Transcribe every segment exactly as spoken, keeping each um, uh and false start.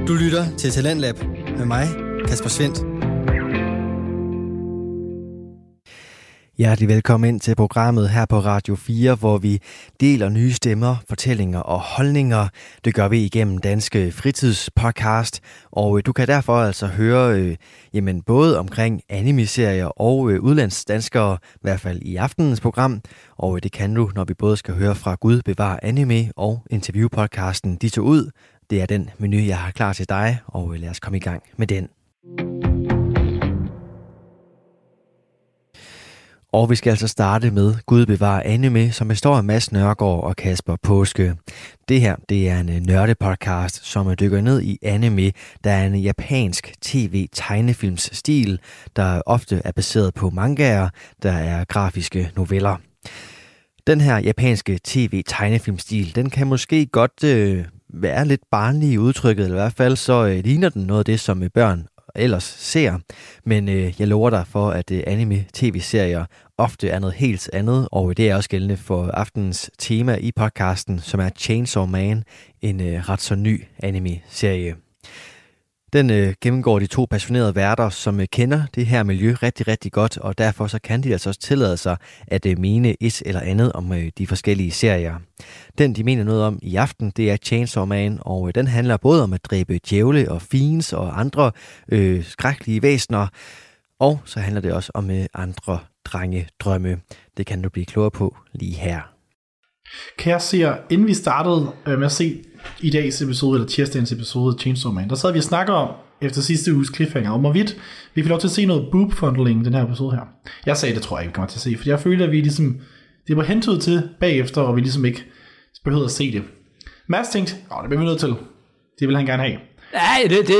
Du lytter til Talentlab med mig, Kasper Svendt. Hjertelig velkommen ind til programmet her på Radio fire, hvor vi deler nye stemmer, fortællinger og holdninger. Det gør vi igennem Danske Fritidspodcast, og du kan derfor altså høre øh, jamen både omkring anime-serier og øh, udlandsdanskere, i hvert fald i aftenens program. Og øh, det kan du, når vi både skal høre fra Gud bevar anime og interviewpodcasten De tog ud. Det er den menu, jeg har klar til dig, og øh, lad os komme i gang med den. Og vi skal altså starte med Gud bevar anime, som består af Mads Nørgaard og Kasper Påske. Det her, det er en nørdepodcast, som dykker ned i anime, der er en japansk tv-tegnefilmsstil, der ofte er baseret på mangaer, der er grafiske noveller. Den her japanske tv-tegnefilmstil, den kan måske godt øh, være lidt barnlig i udtrykket, eller i hvert fald så øh, ligner den noget af det, som børn ellers ser, men øh, jeg lover dig for, at øh, anime-tv-serier ofte er noget helt andet, og det er også gældende for aftenens tema i podcasten, som er Chainsaw Man, en øh, ret så ny anime-serie. Den øh, gennemgår de to passionerede værter, som øh, kender det her miljø rigtig, rigtig godt, og derfor så kan de altså også tillade sig at øh, mene et eller andet om øh, de forskellige serier. Den, de mener noget om i aften, det er Chainsaw Man, og øh, den handler både om at dræbe djævle og fiends og andre øh, skrækkelige væsener, og så handler det også om øh, andre drengedrømme. Det kan du blive klogere på lige her. Kære seere, inden vi startede øh, med at se i dagens episode, eller tirsdagens episode af Chainsaw Man, der sad vi og snakker om, efter sidste uges cliffhanger, om hvorvidt vi fik lov til at se noget boob-fundling den her episode her. Jeg sagde, det tror jeg ikke, vi kommer til at se, for jeg føler, at vi ligesom, det var hentydet til bagefter, og vi ligesom ikke behøvede at se det. Mads tænkte, åh, det bliver vi nødt til. Det vil han gerne have. Nej, det er det.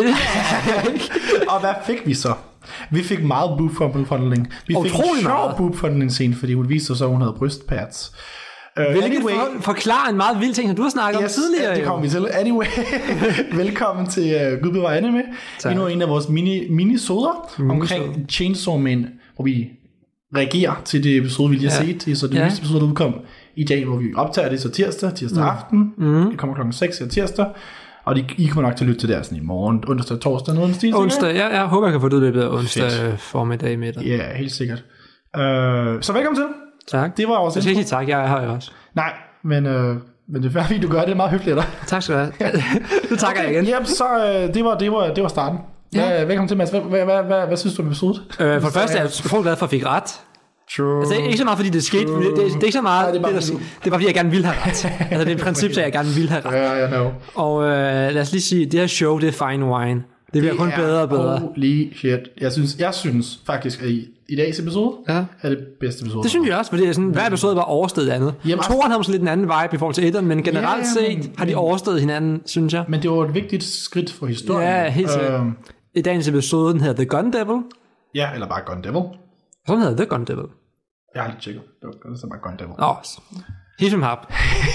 Og hvad fik vi så? Vi fik meget boob-fundling. Vi fik Utrolig en sjov meget. boob-fundling-scene, fordi hun viste sig så, at hun havde brystpads. Uh, Hvilket anyway, for, forklarer en meget vild ting, som du har snakket yes, om tidligere. det kommer vi til. Anyway, velkommen til uh, Gud bevar anime. Tak. Endnu en af vores mini, mini-soder mini omkring Chainsaw Man, hvor vi reagerer til det episode, vi lige har ja. set. Det er så det ja. næste episode, der udkom i dag, hvor vi optager det så tirsdag, tirsdag mm. aften. Mm. Det kommer klokken seks her tirsdag. Og de, I kommer nok til at lytte til det sådan i morgen, onsdag, torsdag, noget stil. Onsdag, ja, jeg håber, jeg kan få det ud af onsdag Fedt. formiddag med dig. Ja, helt sikkert. Uh, så velkommen til. Tak. Det var også. Jeg skal ikke sige tak, jeg er her også. Nej, men, øh, men det er fint, du gør det, det er meget hyggeligt af dig. Tak skal du have. Du takker okay, jeg igen. Jamen, så øh, det, var, det, var, det var starten. Hvad, ja. Velkommen til, Mads. Hvad, hvad, hvad, hvad, hvad synes du om episoden? Øh, for det første er jeg utrolig glad for, at jeg fik ret. True. Altså, ikke så meget, fordi det skete. Det, det, det er ikke så meget. Nej, det, er bare, det, der, det er bare, fordi jeg gerne vil have ret. Altså, det er et princip, at jeg gerne vil have ret. Ja, jeg know. Og øh, lad os lige sige, det her show, det er fine wine. Det bliver det kun bedre og bedre. Holy shit. Jeg synes, jeg synes faktisk, at i, i dagens episode ja. er det bedste episode. Det synes jeg også, fordi det er sådan, hver episode var overstedet andet. Toren havde måske lidt en anden vibe i forhold til etteren, men generelt ja, ja, men, set har de overstedet hinanden, synes jeg. Men det var et vigtigt skridt for historien. Ja, helt sikkert. Øhm. I dagens episode, den hedder The Gun Devil. Ja, eller bare Gun Devil. Sådan hedder The Gun Devil. Jeg har lige tjekket. Det var så bare Gun Devil. Åh, hit som hap.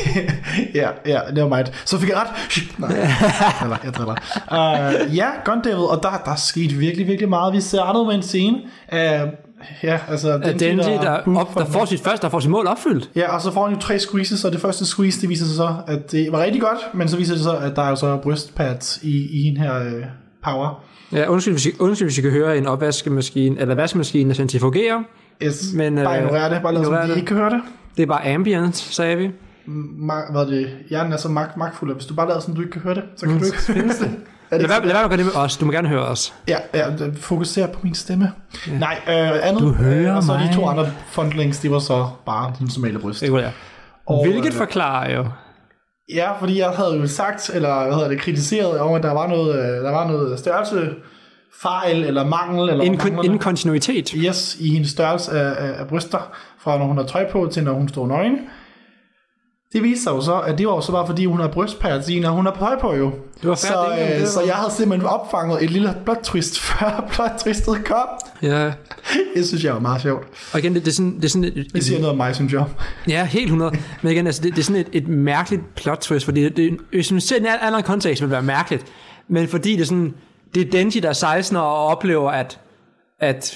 ja, ja, det var meget. Så fik jeg ret. Nej, jeg driller. Uh, ja, Gun Devil, og der, der er sket virkelig, virkelig meget. Vi startede med en scene af, ja, altså Denji, Denji der, der, op, der får sit første, der får sit mål opfyldt. Ja, og så får han jo tre squeezes, og det første squeeze, det viser sig så, at det var rigtig godt, men så viser det så, at der er jo så brystpads i, i hende her uh, power. Ja, undskyld hvis, I, undskyld, hvis I kan høre en opvaskemaskine, eller vaskemaskine, der centrifugerer. Yes, men, bare ignorer det, bare lad os som, de ikke kan høre det. Det er bare ambience, sagde vi. Ma- hvad er det? Hjernen er så mag- magtfuld, hvis du bare lader sådan, du ikke kan høre det, så kan mm, du ikke høre det. Lad være med at gøre det med os, du må gerne høre os. Ja, ja, fokuser på min stemme. Ja. Nej, øh, andet. Du hører øh, og så mig. de to andre fundlings, det var så bare den normale bryst. Det var det. Og, hvilket øh, forklarer jo. Ja, fordi jeg havde jo sagt, eller hvad hedder det, kritiseret om, at der var noget, der var noget størrelse fejl eller mangel eller Inkon- inkontinuitet. Yes, i hendes størrelse af, af, af bryster, fra når hun har tøj på til når hun står nøgen. Det viste sig jo så, at det var jo så bare fordi hun har brystpads i, når hun har tøj på jo. Det var så, øh, så jeg havde simpelthen opfanget et lille plot twist før plot twistet kom. Ja. Det synes jeg var meget sjovt. Og igen, det, det er sådan... Det, er sådan et, det siger noget om mig, synes jeg. Ja, helt hundrede. Men igen, altså, det, det er sådan et, et mærkeligt plot twist, fordi det, det, hvis man ser en anden kontekst, vil det være mærkeligt. Men fordi det er sådan... Det er Denji, der er seksten og oplever, at, at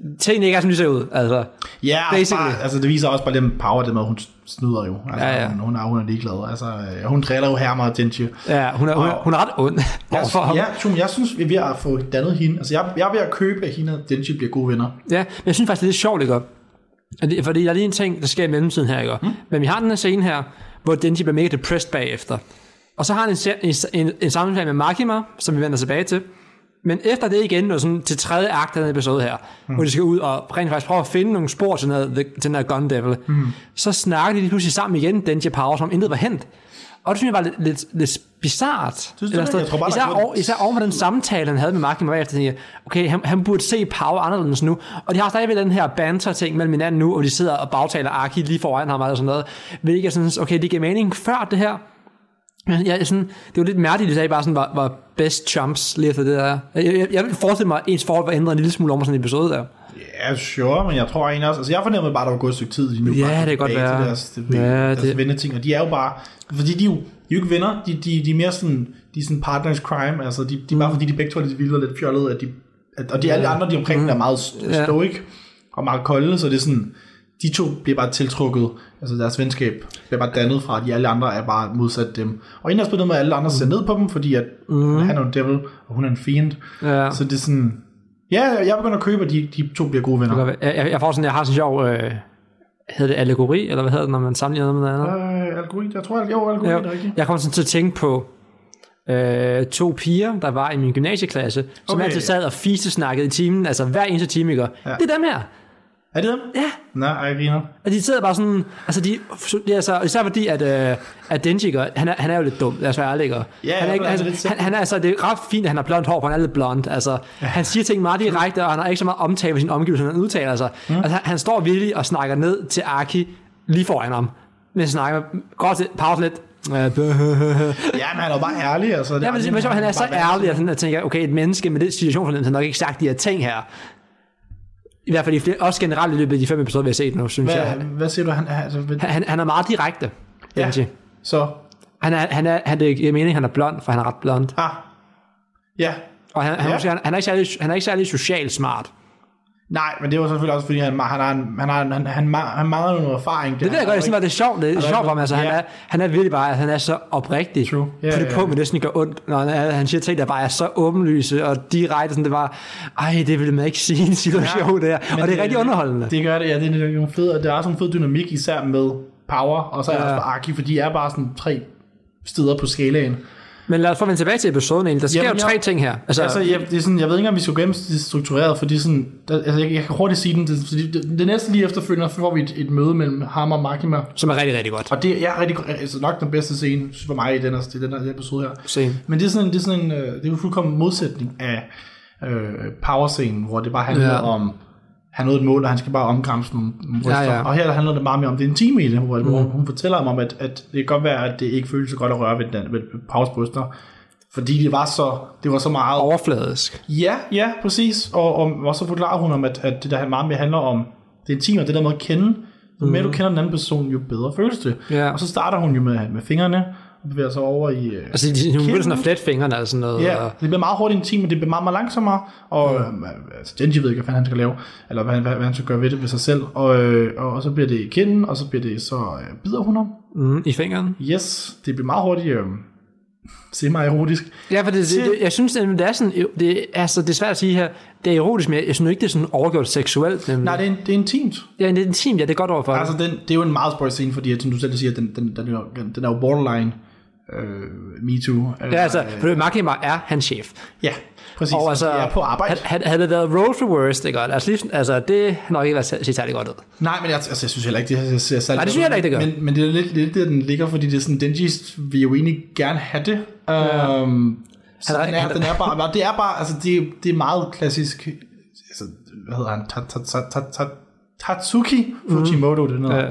tingene ikke er, som de ser ud. Altså, ja, bare, altså det viser også bare den power, det med, hun snyder jo. Altså, ja, ja. Hun, hun, er, hun er ligeglad. Altså, hun træder jo her meget Denji. Ja, hun er, hun er, hun er ret ond overfor ham. Ja, Tjum, jeg synes, vi er ved at få dannet hende. Altså, jeg, jeg er ved at købe, at hende og Denji bliver gode venner. Ja, men jeg synes faktisk, det er lidt sjovt, ikke? Fordi der er lige en ting, der sker i mellemtiden her, ikke? Mm. Men vi har den her scene her, hvor Denji bliver mega depressed bagefter. Og så har han en, en, en, en sammenhæng med Makima, som vi vender tilbage til. Men efter det igen, og sådan til tredje akt af den episode her, mm. hvor de skal ud og rent faktisk prøve at finde nogle spor til, noget, til den her Gun Devil, mm. så snakker de lige pludselig sammen igen, Denji og Power, som om intet var hent. Og det synes jeg var lidt, lidt, lidt bizarrt. Synes du det? Jeg tror bare, især, over, især over den samtale, han havde med Makima bagefter, tænkte jeg, okay, han, han burde se Power anderledes nu. Og de har stadigvæk den her banter-ting mellem hinanden nu, og de sidder og bagtaler Aki lige foran ham og sådan noget. Hvilket jeg synes, okay, det giver mening før det her. Men jeg, sådan, det var lidt mærkeligt, at de sagde bare sådan, var, var best chumps lige efter det der. Jeg, jeg, jeg vil forestille mig, at ens forhold var ændret en lille smule om sådan en episode der. Ja, sure, men jeg tror egentlig også, altså jeg fornemmede bare, at der var gået et stykke tid, de nu ja, bare det kan godt være. Til deres, det, ja, deres det... venneting, og de er jo bare, fordi de er jo, de er jo ikke venner, de, de, de er mere sådan, de er sådan partners crime, altså de, de er bare mm. fordi de begge to er lidt vilde og lidt fjollede, at de, at, og de alle andre, de omkring mm. er meget stoic og meget kolde, så det er sådan, de to bliver bare tiltrukket, altså deres venskab bliver bare dannet fra, at de alle andre er bare modsat dem. Og egentlig også på den måde, at alle andre ser ned på dem, fordi at mm. han er en devil, og hun er en fiend. Ja. Så det er sådan, ja, jeg begynder at købe, at de, de to bliver gode venner. Jeg, jeg, jeg får sådan, jeg har sådan en sjov, øh, hedder det allegori, eller hvad hedder det, når man sammenligner noget med noget andet? Øh, allegori, jeg tror, jo, allegori ja, er rigtigt. Jeg kommer sådan til at tænke på øh, to piger, der var i min gymnasieklasse, som okay. altid sad og fise-snakkede i timen, altså hver eneste time, ikke? Ja. Det er dem her. Er det dem? Ja. Nej, jeg griner. Og de sidder bare sådan, altså de, det er så, især fordi, at, øh, at Denji, han er, han er jo lidt dum, lad os være ærlig. Ja, han er ikke, altså, han, han er altså, det er ret fint, at han har blondt hår på, han er lidt blond, altså, ja. Han siger ting meget direkte, og han har ikke så meget omtale ved sin omgivelser, han udtaler sig. Mm. Altså, han, han står virkelig og snakker ned til Aki, lige foran ham, men han snakker, går til, pause lidt, ja, men han er jo bare ærlig, altså. Ja, men det, men, han er så ærlig, at jeg tænker, okay, et menneske med det situation, for den har nok ikke sagt de her ting her. I hvert fald i flere, også generelt i løbet af de fem episoder, vi har set nu, synes hvad, jeg. Hvad siger du? Han, altså, han, han er meget direkte, Denji. Ja, så? Han er, han er, han, det er meningen, han er blond, for han er ret blond. Ah, ja. Og han, han, ja. Måske, han, han, er ikke særlig, han er ikke særlig socialt smart. Nej, men det var selvfølgelig også, fordi han, han, har, han, har, han, han, han, han mangler noget erfaring. Det, det ved jeg godt, jeg synes, det er sjovt, det er sjovt for ham. Altså, yeah. han, er, han er virkelig bare, han er så oprigtig. True. Yeah, på det yeah. punkt, men det sådan gør ondt, når han, han siger ting, der bare er så åbenlyse og direkte, sådan det var, ej, det ville man ikke sige i en situation ja, der. Og det er det, rigtig underholdende. Det gør det, ja, det er, fed, og det er også en fed dynamik, især med Power, og så er ja. også for Aki, for de er bare sådan tre steder på skalaen. Men lad os få vende tilbage til episoden egentlig. Der sker Jamen, jo tre jeg, ting her. Altså, altså jeg, det er sådan, jeg ved ikke, om vi skal gennem det struktureret, fordi sådan, der, altså, jeg, jeg kan hurtigt sige den. Det, det, det næste lige efterfølgende får vi et, et møde mellem ham og Makima. Som er rigtig, rigtig godt. Og det er rigtig, altså, nok den bedste scene for mig i den her, den her episode her. Scene. Men det er sådan, det er sådan en, det er jo fuldkommen modsætning af øh, Power-scenen, hvor det bare handler ja. om, han nåede et mål, og han skal bare omkramse nogle, nogle bryster. Ja, ja. Og her handler det meget mere om det intime i det, hvor mm. hun fortæller ham om, at, at det kan godt være, at det ikke føles så godt at røre ved, den, ved Powers bryster. Fordi det var så, det var så meget overfladisk. Ja, ja, præcis. Og, og, og så forklarer hun om, at, at det der meget mere handler om det intime, og det der med at kende. Jo mere mm. du kender den anden person, jo bedre føles det. Ja. Og så starter hun jo med, med fingrene, og bevæger sig over i uh, altså, de, hun begynder sådan at flette fingrene eller sådan noget. Ja, det bliver meget hurtigt intimt, men det bliver meget, meget langsommere. Og mm. øh, altså, Denji ved ikke, hvad han skal lave, eller hvad, hvad, hvad han skal gøre ved det ved sig selv. Og, øh, og så bliver det i kinden, og så bliver det så øh, bider hun ham. Mm, i fingeren. Yes, det bliver meget hurtigt... Øh, se mig erotisk. Ja, for det, det, det, jeg synes, det er sådan, det, altså, det er svært at sige her, det er erotisk, men jeg synes ikke, det er sådan overgjort seksuelt. Nemlig. Nej, det er, det er intimt. Ja, det er intimt, ja, det er godt overfor. Altså, den, det er jo en meget spoiler scene, fordi, som du selv siger, den, den, den, den, den er jo borderline øh, MeToo. Ja, altså, for det Makima er hans chef. Ja, præcis. Og altså, det er på arbejde. Havde, havde det været roles reversed, det godt. Altså, lige, altså, det har nok ikke været set særlig godt ud. Nej, men jeg, altså, jeg synes heller ikke, det ser særlig Nej, det synes jeg ikke, det gør. Men, men det er lidt, lidt der, den ligger, fordi det er sådan, Denji vil jo egentlig gerne have det. Ja. Um, så den er, den er bare, det er bare, altså, det, det er meget klassisk, altså, hvad hedder han, Tatsuki Fujimoto, det noget,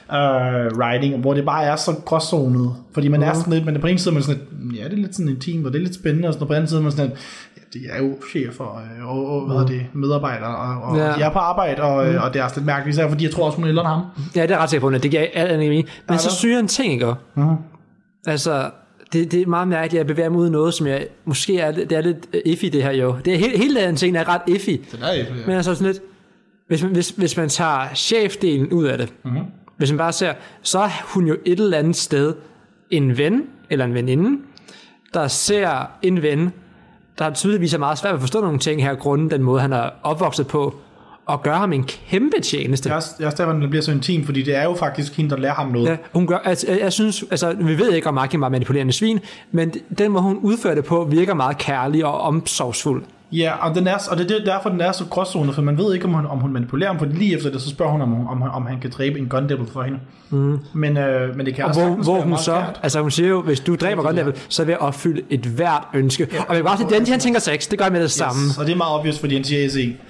uh, writing, hvor det bare er så gråzonet, fordi man er sådan lidt, men på en side man sådan lidt, ja, det er lidt sådan intimt, og det er lidt spændende, og sådan, og på den anden side man sådan lidt, ja, det er jo chefer og, og, og hvad hedder det, medarbejdere, og, og ja. de er på arbejde, og, mm. og det er også lidt mærkeligt, især fordi jeg tror også, hun ældre ham. Ja, det er ret sikkert på, det giver alt andet mening. Men ja, så syger en ting, ikke? Mm. Altså, det, det er meget mærkeligt, at jeg bevæger mig ud i noget, som jeg, måske er, det er lidt iffy det her jo. Det er hele, hele den ting er ret iffy. Den er iffy, ja. Men altså sådan lidt, hvis man, hvis, hvis man tager chefdelen ud af det, mm-hmm. hvis man bare ser, så er hun jo et eller andet sted en ven, eller en veninde, der ser en ven, der tydeligvis er meget svært at forstå nogle ting her, grunden den måde, han er opvokset på, og gør ham en kæmpe tjeneste. Jeg er også derfor, den bliver så intim, fordi det er jo faktisk hende, der lærer ham noget. Ja, hun gør, altså, jeg, jeg synes, altså, vi ved ikke, om Aki var manipulerende svin, men den måde, hun udfører det på, virker meget kærlig og omsorgsfuld. Ja, og, den er, og det er derfor, den er så gråzonet, for man ved ikke, om hun, om hun manipulerer ham, for lige efter det, så spørger hun, om, om, om han kan dræbe en gun devil for hende. Mm. Men, øh, men det kan og også hvor, hvor hun så, kært. altså hun siger jo, hvis du dræber gun devil, så vil jeg opfylde et hvert ønske. Ja. Og jeg vil bare sige, den han tænker sex, det gør med det yes. samme. Og det er meget obvious, fordi han siger S E.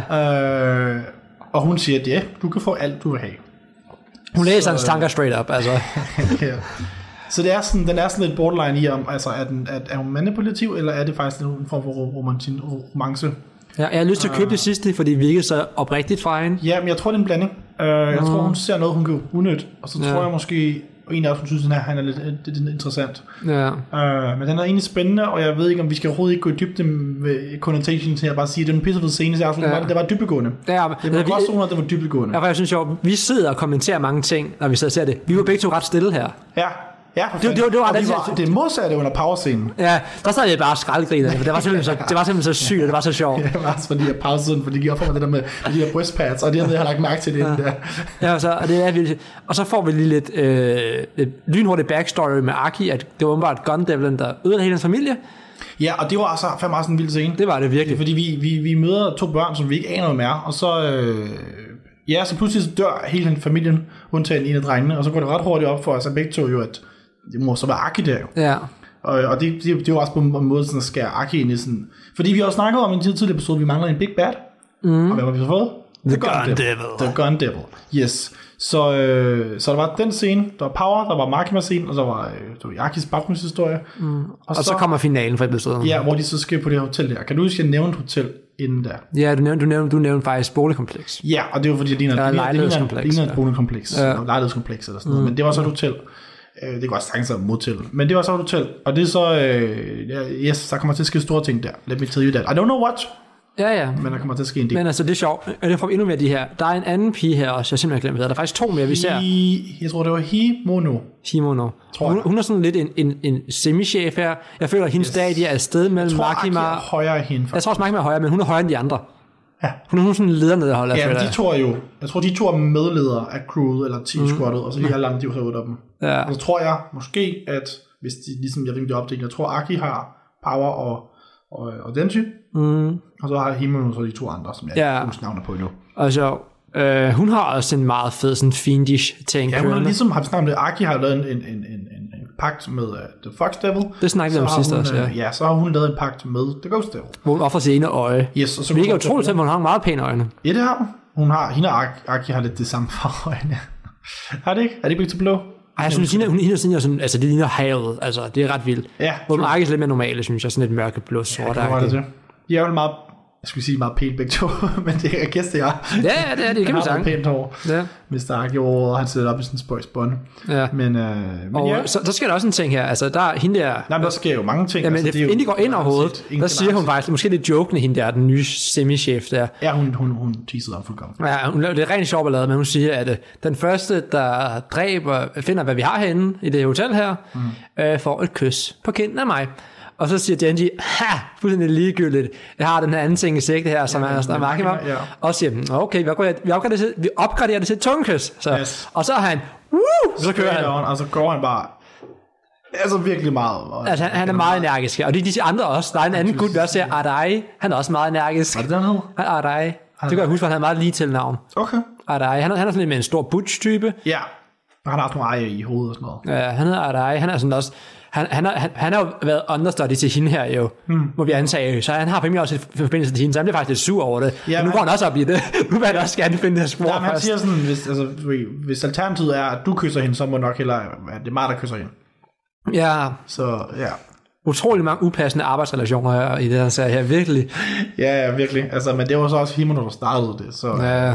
Ja. Øh, og hun siger, at ja, du kan få alt, du vil have. Hun læser hans tanker straight up, altså. Ja. Så det er sådan, den er sådan lidt borderline i, om, altså, er, den, er, er hun manipulativ, eller er det faktisk en form for romance? Ja, jeg har lyst til at købe uh, det sidste, fordi det virkede så oprigtigt fra hende. Ja, men jeg tror, det er en blanding. Uh, jeg uh. tror, hun ser noget, hun kan udnytte, og så ja. tror jeg måske, og en af os, hun synes, at han er lidt, lidt, lidt interessant. Ja. Uh, men den er egentlig spændende, og jeg ved ikke, om vi skal overhovedet ikke gå i dybde med connotation til at bare sige, at det er en pissefed scene, så jeg synes, ja. det var dybdegående. Ja, det var godt sådan, at det var dybdegående. Ja, for jeg synes jo, vi sidder og kommenterer mange ting, når vi sidder og ser det. Vi var begge to ret stille her. Ja. Ja, det, det, det, var, det, var, det modsatte under powerscenen. Ja, der sad jeg bare skraldgriner, for det var simpelthen så, det var simpelthen så sygt, og det var så sjovt. Ja, det var også fordi jeg pausede, fordi de gik op for mig det der med de her brystpads, og det havde jeg lagt mærke til det ja. der. Ja, og så, og, det er virkelig, og så får vi lige lidt, øh, lidt lynhurtigt backstory med Aki, at det var åbenbart Gun Devil, der ødelagde hele hans familie. Ja, og det var altså fandme også en vild scene. Det var det virkelig. Fordi vi, vi, vi møder to børn, som vi ikke aner, hvem er, og så... Øh, ja, så pludselig så dør hele familien, undtagen en af drengene, og så går det ret hurtigt op for os, at begge to jo, at det må så være Aki der jo. Ja. Og, og det, det, det er jo også på en måde sådan at skære Aki ind i sådan... Fordi vi har også snakket om i en tidligere episode, vi mangler en big bad. Mm. Og hvad har vi så fået? The, The Gun, Gun Devil. Devil. The Gun Devil, yes. Så, øh, så der var den scene, der var Power, der var Makima-scene, og så var, øh, var Akis baggrundshistorie. Mm. Og, og så, så kommer finalen for episoden. Ja, hvor de så skal på det her hotel der. Kan du huske, at jeg nævnte hotel inden der? Ja, du nævnte, du nævnte, du nævnte faktisk boligkompleks. Ja, og det var fordi, det ligner, ja, lejlighedskompleks. Det ligner et boligkompleks. Ja. Lejlighedskompleks eller sådan noget. Mm. Men det var så et hotel. Det kan også sagtens være motel. Men det var så et hotel. Og det er så... Øh, yes, der kommer til at ske store ting der. Let me tell you that. I don't know what. Ja, ja. Men der kommer til at ske en del. Men altså, det er sjovt. Og det får vi endnu mere de her. Der er en anden pige her også. Jeg simpelthen glemt, hvad der er faktisk to mere, vi ser. Hi, jeg tror, det var Himono. Himono. Hun, hun er sådan lidt en, en, en semi-chef her. Jeg føler, at hendes yes. stadie er afsted mellem Makima. Jeg tror, Aki er højere end hende. Jeg tror også, Makima er højere, men hun er højere end de andre. Ja. Hun er sådan en ledernederholder. Ja, men de to er jo... Jeg tror, de to er medledere af crewet, eller team squadet, mm. og så de alle andre, de var så ud af dem. Ja. Og så tror jeg måske, at hvis de ligesom, jeg ved ikke, det er opdelt, jeg tror, Aki har Power og, og, og Denji, mm. og så har Himono så de to andre, som jeg ja. ikke husker navnet på endnu. Altså, øh, hun har også en meget fed, sådan fiendish ting. Ja, hun har ligesom haft snakket med, Aki har lavet en, en, en, en, en pagt med uh, The Fox Devil. Det snakkede vi om sidste også, ja. Ja, så har hun lavet en pagt med The Ghost Devil. Hvor hun offrer sine øje. Yes, og så det er utroligt, at hun har meget pæne øjne. Ja, det har hun. Hun har, hende og Aki har lidt det samme farveøjne. Har det ikke? Er det ikke til blå? Ej, jeg synes, hende, hun hende sådan, sådan, altså det ligner havet, altså det er ret vildt. Ja. Hvor hun Aki er lidt mere normale, synes jeg, sådan lidt mørkeblå, sort. Ja, det var det det. De er jo meget, jeg skulle sige meget pænt begge to, men det er gæst, det er. Ja, ja, det er det, kan man sige. Han har pænt hår. Ja. mister Aki over, han sætter op i sådan en spøjsbånd. Ja. Men, øh, men og ja. Så, der sker der også en ting her, altså der er hende der... Nej, men der sker jo mange ting. Ja, men altså, det, inden de går ind overhovedet, der siger hun faktisk, måske lidt jokende hende der, den nye semi-chef der. Ja, hun, hun, hun teasede om fuldkommen. Ja, hun, det er rent sjovt ballade, men hun siger, at uh, den første, der dræber, finder, hvad vi har herinde i det hotel her, mm. øh, får et kys på kinden af mig. Og så siger Denji, ha, fuldstændig ligegyldigt, jeg har den her anden ting i sigte her, som ja, er Makima, ja. Og siger, okay, vi opgraderer, vi opgraderer, det, til, vi opgraderer det til et tungekys. Så, yes. Og så er han, woo, så kører han. Og så går han bare, altså virkelig meget. Altså han, han er meget energisk, og det er de andre også. Der er en anden gut, vi også ser, Ardai, han er også meget energisk. Var det den hed? Han er Ardai. Det kan jeg huske, han havde meget lige til navn. Okay. Ardai, han er, han er sådan lidt med en stor butch-type. Ja, og han har også nogle ejer i hovedet og sådan noget. Ja, han hedder Ardai, han er sådan også... Han, han, har, han, han har jo været understudy til hende her jo, hmm. må vi antage, så han har primært også et forbindelse til hende, så han bliver faktisk lidt sur over det. Ja, men nu går han også op i det. Nu vil han også gerne finde det her spor først. Han siger sådan, hvis, altså, hvis alternativet er, at du kysser hende, så må nok hellere, det er mig, der kysser hende. Ja. Så, ja. Utrolig mange upassende arbejdsrelationer her, i det her serie her, virkelig. Ja, ja, virkelig. Altså, men det var så også Himono, der startede det, så... Ja.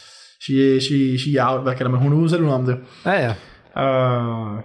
She, she, she out, hvad kalder man, hun er ude selv om det. Ja, ja. Uh,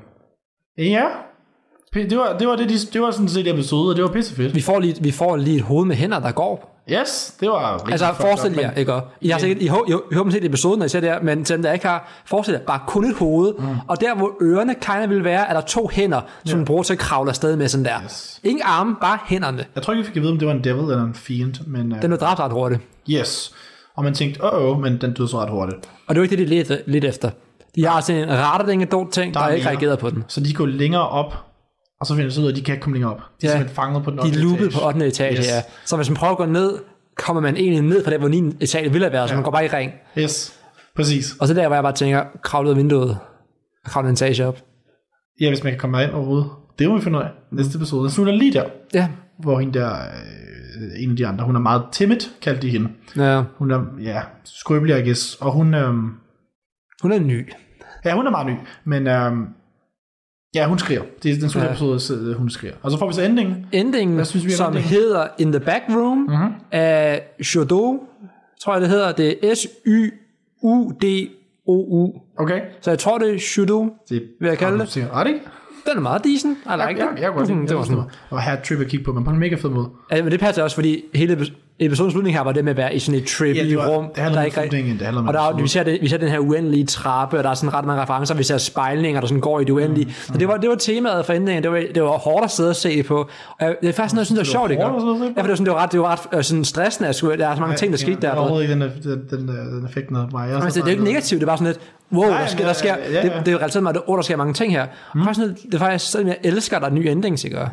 ja. Det var, det var, det, det var sådan set episode, og det var pissefedt. Vi får lige, vi får lige et hoved med hænder, der går. Yes, det var... Altså, forestil jer, ikke? I har sikkert, I, I, I, I håber set episoden, når I ser det her, men til dem, der ikke har, forestil jer, bare kun et hoved, mm. og der, hvor ørerne kind of vil være, er der to hænder, som yeah. bruger til at kravle afsted med sådan der. Yes. Ingen arme, bare hænderne. Jeg tror ikke, vi fik at vide, om det var en devil eller en fiend, men... Uh... Den var dræbt ret hurtigt. Yes. Og man tænkte, åh, oh, men den døde så ret hurtigt. Og det var ikke det, de ledte lidt efter. De har sådan en retterdænge ting, der, der ikke reageret på den. Så de går længere op, og så finder de så ud af, at de kan ikke komme længere op. De er ja, simpelthen fanget på den ottende etage. De er loopet på ottende etage, yes. ja. Så hvis man prøver at gå ned, kommer man egentlig ned fra der, hvor niende etage ville have været, så ja. man går bare i ring. Yes, præcis. Og så der, hvor jeg bare tænker, kravle ud af vinduet, og kravle en etage op. Ja, hvis man kan komme ind overhovedet. Det må vi finde ud af. Næste episode. Den slutter lige der. Ja. Hvor hende der, øh, en af de andre, hun er meget timid, kaldte de hende. Ja. Hun er, ja, skrøbelig, I guess. Og hun... Øh, hun er ny. Ja, hun er meget ny, men... Øh, ja, hun skriger. Det er den slutte ja. episode, hun skriger. Og så får vi så endingen. Endingen, synes vi, som endingen? hedder In the Back Room mm-hmm. af Shodo, tror jeg det hedder. Det er S Y U D O U. Okay. Så jeg tror, det er Shodo, det vil jeg kalde det. Er det ikke? Den er meget decent. I like jeg, jeg, jeg, jeg, jeg, det var sådan og her trip at kigge på, men på en mega fed måde. Ja, men det passer også, fordi hele episodens slutning her var det med at være i sådan et trippy ja, rum. Det handler om slutningen, det handler om. Og der, vi, ser det, vi ser den her uendelige trappe, og der er sådan ret mange referencer, vi ser spejlinger, der sådan går i det uendelige. Mm, mm. Så det var, det var temaet for endingen, det var, det var hårdt at sidde og se på. Og det er faktisk noget, jeg synes, det var sjovt, ikke? Ja, for det var sådan, det var ret, det var ret sådan stressende, at skulle, der er så mange ting, der skete der. Det var overhovedet ikke den, den, den, den effekt, noget var. Altså, det er jo ikke negativt, det var sådan lidt, wow, der sker, der sker, det, det er jo relativt meget, der sker mange ting her. Det er faktisk sådan, jeg elsker, der er nye endings, ikke?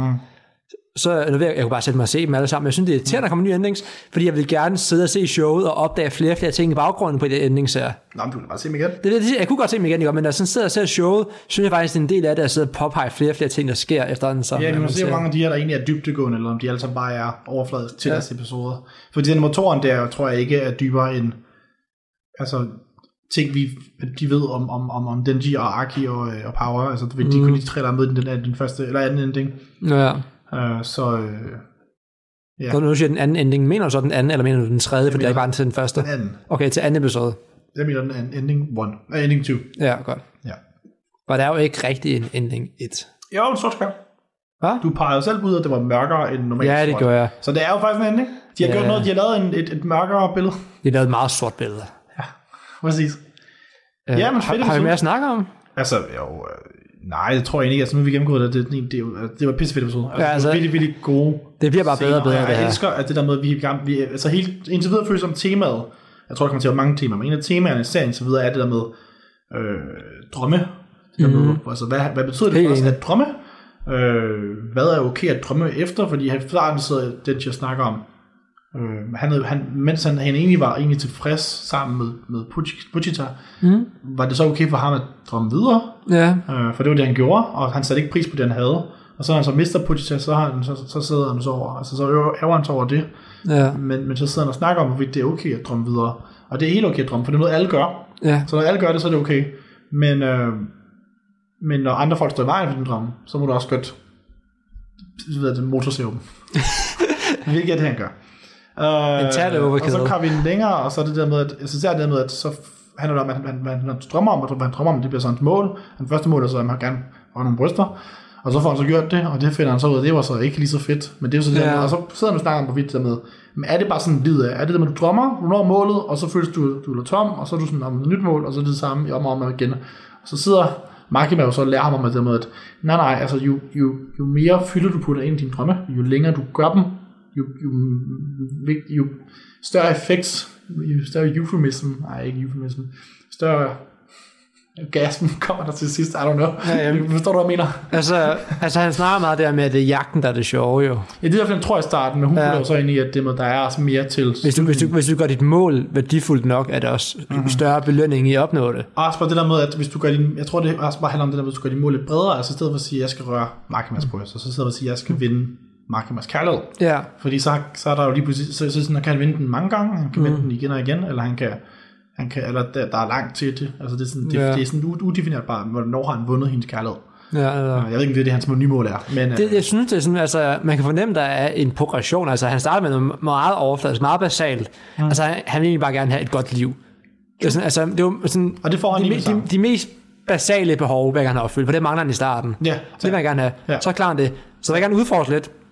Så jeg, jeg kunne bare sætte mig og se dem alle sammen. Jeg synes, det er irriterende, at der kommer nye endings, fordi jeg vil gerne sidde og se showet og opdage flere og flere ting i baggrunden på det endings her. Nå, men du kan bare se dem igen. Det, det, jeg kunne godt se dem igen, ikke? Men når jeg sådan sidder og ser showet, synes jeg faktisk, det er en del af det, at sidde og påpege flere og flere ting, der sker efter den. Ja, du må se, hvor mange af de her, der egentlig er dybdegående, eller om de alle sammen bare er overfladisk til ja. deres episoder. Fordi den motoren der, tror jeg ikke er dybere end altså ting, vi de ved om, om, om, om Denji og Aki og, og Power. Altså, de mm. kunne lige tre der med den, den, den første, eller anden ending. Ja. Uh, så uh, ja. Så nu siger den anden ending. Mener du så den anden, eller mener du den tredje, for det er ikke bare til den første? Den anden. Okay, til anden episode. Jeg mener den anden ending one. Uh, ending two. Ja, godt. Ja. For der er jo ikke rigtig en ending et. Jo, en sort skærm. Hvad? Du pegede jo selv ud, at det var mørkere end normalt. Ja, det gør jeg. Så det er jo faktisk en ending. De har ja. gjort noget, de har lavet en, et, et mørkere billede. De har lavet et meget sort billede. Ja, præcis. Uh, ja, men fedt. Har, har vi mere at snakke om? Altså, jo... Nej, det tror jeg ikke. Altså, nu har vi gennemgået det. Det, det, det, det var pissefedt episode. Altså, ja, altså, det var virkelig, virkelig gode. Det bliver bare bedre og bedre. Jeg, det her. jeg elsker, at det der med, at vi er gang, vi, altså helt, indtil videre føles som temaet. Jeg tror, der kommer til at være mange temaer, men en af temaerne i serien indtil videre er det der med øh, drømme. Det der med, mm. altså, hvad, hvad betyder det for os at drømme? Øh, hvad er okay at drømme efter? Fordi han starten sidder den, jeg snakker om. Øh, han, han, mens han, han egentlig var egentlig tilfreds sammen med, med Pochita, mm. var det så okay for ham at drømme videre? Ja. Øh, for det var det, han gjorde, og han satte ikke pris på det, han havde. Og så når han så mister Pochita, så, han, så, så sidder han så over, altså så ærger han så over det. Ja. Men, men så sidder han og snakker om, hvorvidt det er okay at drømme videre. Og det er helt okay at drømme, for det er noget, alle gør. Ja. Så når alle gør det, så er det okay. Men, øh, men når andre folk står i vejen for den drømme, så må du også godt motorsæve dem. Hvilket er det, han gør. Uh, og så kommer vi længere, og så er det der med, at, så er det der med, at så handler det om, at han, han, han drømmer om, at han drømmer om, at det bliver sådan et mål. Den første mål er så, at han gerne har nogle bryster, og så får han så gjort det, og det finder han så ud af, det var så ikke lige så fedt, men det er jo så det, ja. Og så sidder han og snakker om, hvorvidt det der med, men er det bare sådan livet af, er det der med, at du drømmer, du når målet, og så føles du, du er tom, og så er du sådan om et nyt mål, og så er det det samme, om og om igen, og så sidder Makima jo så og lærer ham om det der med, at nej nej, altså jo, jo, jo mere fylder du putter ind i dine drømme, jo længere du gør dem, Jo, jo, jo større effekt, jo større euphemism, nej ikke euphemism, større gasm kommer der til sidst, I don't know. Ja, ja. Forstår du, hvad jeg mener? Altså, altså han snakker meget der med, at det er jagten, der er det sjove jo. Ja, det er i hvert fald, tror jeg, i starten, men hun ja. putter så ind i, at det med, der er også mere til. Hvis du, hvis, du, hvis du gør dit mål værdifuldt nok, er det også mm-hmm. større belønning i at opnå det. Og også bare det der med, at hvis du gør din, jeg tror det også bare handler om det der, hvis du gør dit mål lidt bredere, altså i stedet for at sige, at jeg skal røre Makimas bryst, og så i stedet for at sige, at jeg skal vinde Makimas kærlighed. Ja. Fordi så, så er der jo lige pludselig, så, så, så kan han vinde den mange gange, han kan mm. vinde den igen og igen, eller han kan, han kan eller der, der er langt til det. Altså det er sådan, det, ja. det er sådan udefinerbart, hvornår har han vundet hendes kærlighed. Ja, ja. Jeg ved ikke, om det er det, hans nye mål er. Men, det, jeg synes, det er sådan, altså, man kan fornemme, der er en progression. Altså, han starter med noget meget overfladisk, meget basalt. Mm. Altså, han, han vil egentlig bare gerne have et godt liv. Det er sådan, altså, det er sådan, og det får han de, de, de mest basale behov, vil jeg gerne have opfyldt, for det mangler han i starten. Ja, så det vil jeg gerne have. Ja. Så klarer han det. Så vil jeg gerne udfordre lidt.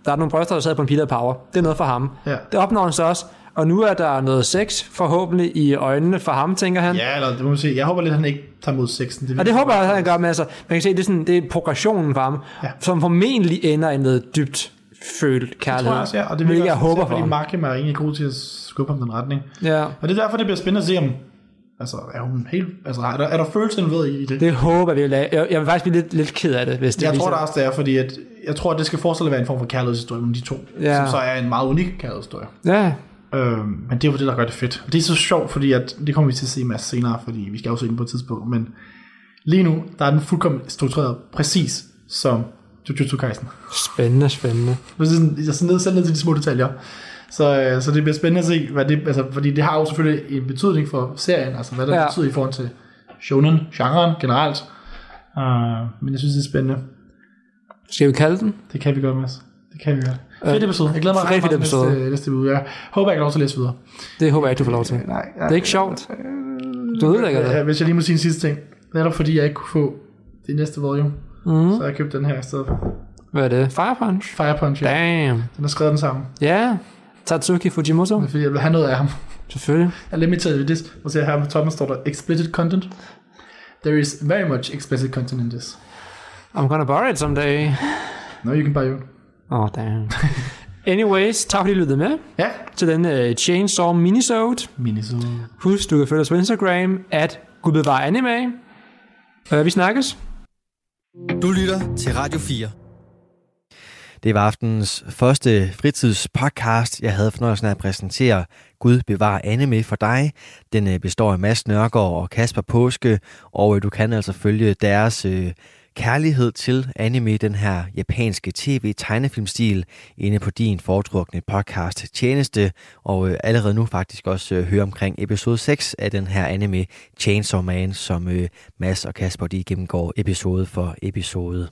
der er nogle bryster, der sad på en pille af power. Det er noget for ham. Ja. Det opnår han så også. Og nu er der noget sex, forhåbentlig i øjnene for ham, tænker han. Ja, eller det må man sige. Jeg håber lidt, at han ikke tager mod sexen. Det og det håber jeg, at han gør, men altså, man kan se, det er, sådan, det er progressionen for ham, ja. Som formentlig ender i noget dybt følt kærlighed. Det tror jeg også, ja. Og det vil jeg håber for. Fordi Markim er egentlig god til at skubbe ham den retning. Ja. Og det er derfor, det bliver spændende at se, om altså, er hun helt, altså, er der, er der følelse involveret i det? Det håber jeg, jeg, jeg, jeg vil faktisk blive lidt, lidt ked af det, hvis det Jeg viser. tror det også, det er, fordi at, jeg tror, at det skal forestille at være en form for kærlighedshistorie mellem de to, ja. Som så er en meget unik kærlighedshistorie. Ja. Øhm, men det er jo det, der gør det fedt. Og det er så sjovt, fordi at, det kommer vi til at se masser senere, fordi vi skal også se den på et tidspunkt. Men lige nu, der er den fuldkommen struktureret præcis som Jujutsu Kaisen. Spændende, spændende. Jeg er sådan ned, selv ned til de små detaljer. Så, øh, så det bliver spændende at se, hvad det, altså, fordi det har jo selvfølgelig en betydning for serien, altså hvad det ja. betyder i forhold til shonen, genren generelt. Uh, men jeg synes, det er spændende. Skal vi kalde den? Det kan vi godt, Mads. Det kan vi godt. Øh, fedt episode. Jeg glæder mig rigtig meget til næste, næste uge. Jeg håber, jeg kan lov til at læse videre. Det håber jeg ikke, du får lov til. Nej, nej, det er ikke sjovt. Du ødelægger det. Hvis jeg lige må sige en sidste ting. Netop fordi jeg ikke kunne få det næste volume, mm. så jeg købte den her i stedet for. Hvad er det? Fire Punch? Fire Punch, ja. Damn. Den er skrevet den sammen. Ja. Yeah. Tatsuki Fujimoto. Fordi jeg vil have noget af ham. Selvfølgelig. Jeg limited this. Og så her på toppen står der explicit content. There is very much explicit content in this. I'm gonna borrow it someday. No, you can buy it. Oh, damn. Anyways, tak fordi I lyttede med. Ja. Til den uh, Chainsaw Minisode. Minisode. Husk, du kan følge os på Instagram, at Gud bevarer anime. Uh, vi snakkes. Du lytter til Radio fire. Det var aftenens første fritidspodcast. Jeg havde fornøjelsen af at præsentere Gud bevarer anime for dig. Den består af Mads Nørgaard og Kasper Påske, og du kan altså følge deres øh, kærlighed til anime, den her japanske tv-tegnefilmstil, inde på din foretrukne podcast tjeneste, og øh, allerede nu faktisk også øh, høre omkring episode seks af den her anime Chainsaw Man, som øh, Mads og Kasper de gennemgår episode for episode.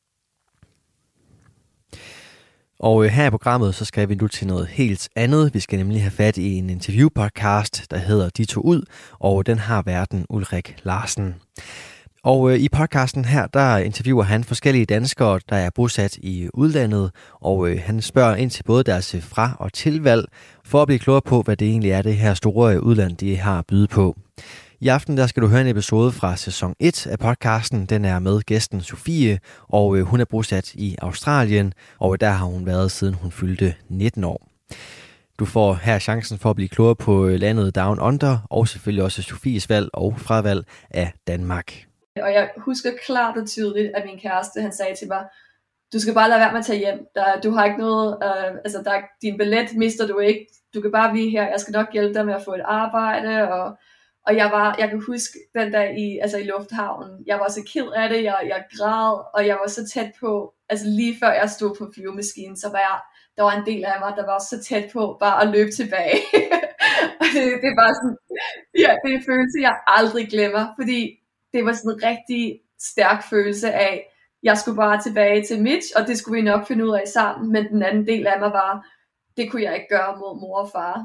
Og her i programmet, så skal vi nu til noget helt andet. Vi skal nemlig have fat i en interviewpodcast, der hedder De To Ud, og den har værten Ulrik Larsen. Og i podcasten her, der interviewer han forskellige danskere, der er bosat i udlandet, og han spørger ind til både deres fra- og tilvalg, for at blive klogere på, hvad det egentlig er, det her store udland, de har at byde på. I aften der skal du høre en episode fra sæson et af podcasten. Den er med gæsten Sofie, og øh, hun er bosat i Australien, og der har hun været siden hun fyldte nitten år. Du får her chancen for at blive klogere på landet Down Under, og selvfølgelig også Sofies valg og fravalg af Danmark. Og jeg husker klart og tydeligt, at min kæreste han sagde til mig, du skal bare lade være med at tage hjem. Der, du har ikke noget, øh, altså der, din billet mister du ikke. Du kan bare blive her. Jeg skal nok hjælpe dig med at få et arbejde, og Og jeg var, jeg kan huske den dag i, altså i lufthavnen, jeg var så ked af det, jeg, jeg græd, og jeg var så tæt på, altså lige før jeg stod på flyvemaskinen, så var jeg, der var en del af mig, der var så tæt på bare at løbe tilbage. Og det, det var sådan, ja, det er en følelse, jeg aldrig glemmer, fordi det var sådan en rigtig stærk følelse af, jeg skulle bare tilbage til Mitch, og det skulle vi nok finde ud af sammen, men den anden del af mig var, det kunne jeg ikke gøre mod mor og far.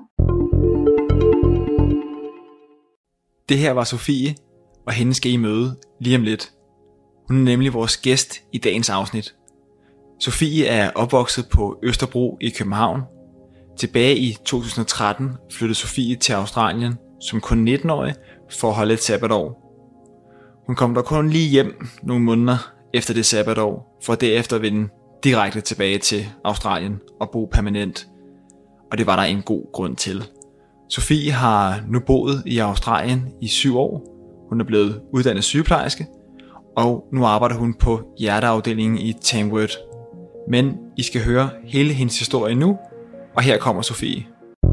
Det her var Sofie, og hende skal I møde lige om lidt. Hun er nemlig vores gæst i dagens afsnit. Sofie er opvokset på Østerbro i København. Tilbage i to tusind og tretten flyttede Sofie til Australien som kun nitten-årig for at holde et sabbatår. Hun kom dog kun lige hjem nogle måneder efter det sabbatår, for derefter at vende direkte tilbage til Australien og bo permanent. Og det var der en god grund til. Sofie har nu boet i Australien i syv år. Hun er blevet uddannet sygeplejerske, og nu arbejder hun på hjerteafdelingen i Tamworth. Men I skal høre hele hendes historie nu, og her kommer Sofie.